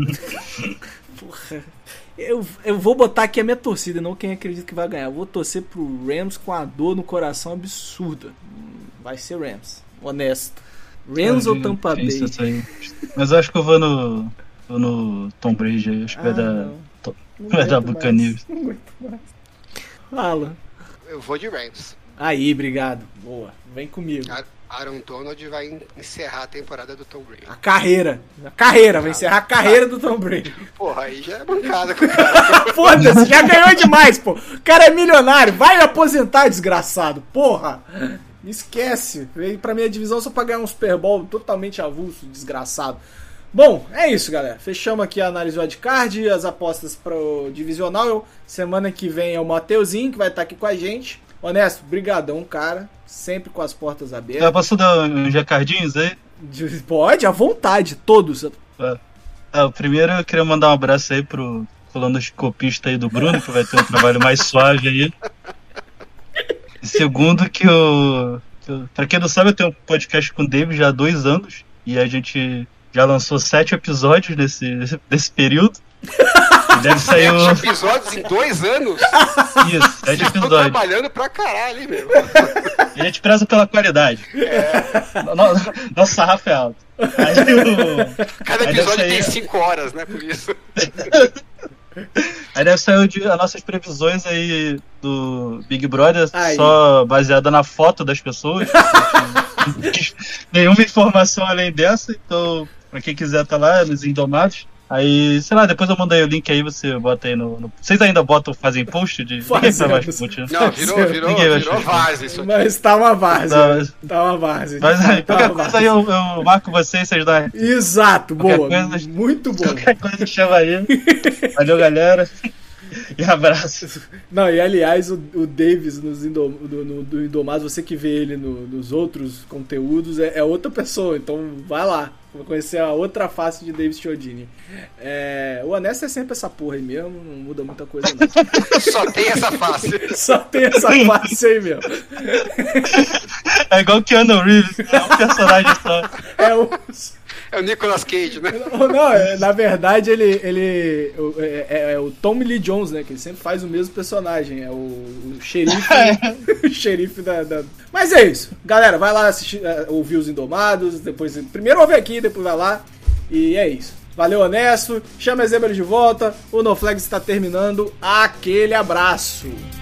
Porra. Eu vou botar aqui a minha torcida, não quem acredita que vai ganhar. Eu vou torcer pro Rams com a dor no coração absurda. Vai ser Rams, honesto. Rams ou Tampa Bay? Mas eu acho que eu vou no Tom Brady aí. Acho que vai dar Buccaneers. Não aguento mais. Fala. Eu vou de Rams. Aí, obrigado. Boa. Vem comigo. Aaron Donald vai encerrar a temporada do Tom Brady. A carreira. Vai encerrar a carreira do Tom Brady. Porra, aí já é bancada com o cara. Foda-se, já ganhou demais, pô. O cara é milionário. Vai aposentar, desgraçado. Porra. Esquece. Veio pra minha divisão só pra ganhar um Super Bowl totalmente avulso, desgraçado. Bom, é isso, galera. Fechamos aqui a análise do wildcard e as apostas pro divisional. Semana que vem é o Mateuzinho, que vai estar aqui com a gente. Honesto, brigadão, cara. Sempre com as portas abertas. Já posso dar uns recadinhos aí? Pode, à vontade, todos. O primeiro eu queria mandar um abraço aí pro colonoscopista aí do Bruno, que vai ter um trabalho mais suave aí. Segundo que pra quem não sabe, eu tenho um podcast com o David já há 2 anos. E a gente já lançou 7 episódios nesse período. E deve sair 7 episódios em 2 anos? Isso, 7 Estão episódios. trabalhando pra caralho, hein, meu? E a gente preza pela qualidade. Nosso sarrafo é alto. Cada aí episódio deve tem sair... 5 horas, né? Por isso. Aí deve sair as nossas previsões aí do Big Brother, Aí. só baseada na foto das pessoas. Nenhuma informação além dessa, então pra quem quiser tá lá nos Indomados. Aí, sei lá, depois eu mando aí o link aí, você bota aí no... Vocês ainda fazem post de... Ninguém faz mais post, né? Não, virou várzea isso aqui. Mas tá uma várzea. Não, mas- Tá uma várzea. Mas aí, Tá qualquer uma coisa aí várzea. eu marco vocês, vocês dão... Exato, boa. Qualquer coisa- Muito boa. Qualquer coisa chama aí. Valeu, galera. E abraço. Não, e aliás, o Davis do Indomados, você que vê ele nos outros conteúdos, é outra pessoa, então vai lá. Vou conhecer a outra face de Davis Chiodini. O Anessa é sempre essa porra aí mesmo, não muda muita coisa não. Só tem essa face. Só tem essa face aí mesmo. É igual o Keanu Reeves, é um personagem só. É o Nicolas Cage, né? Não, na verdade ele é o Tommy Lee Jones, né? Que ele sempre faz o mesmo personagem. É o xerife. O xerife da. Mas é isso. Galera, vai lá assistir, ouvir os Indomados. Depois, primeiro ouve aqui, depois vai lá. E é isso. Valeu, Honesto. Chama as zebras de volta. O No Flags está terminando. Aquele abraço.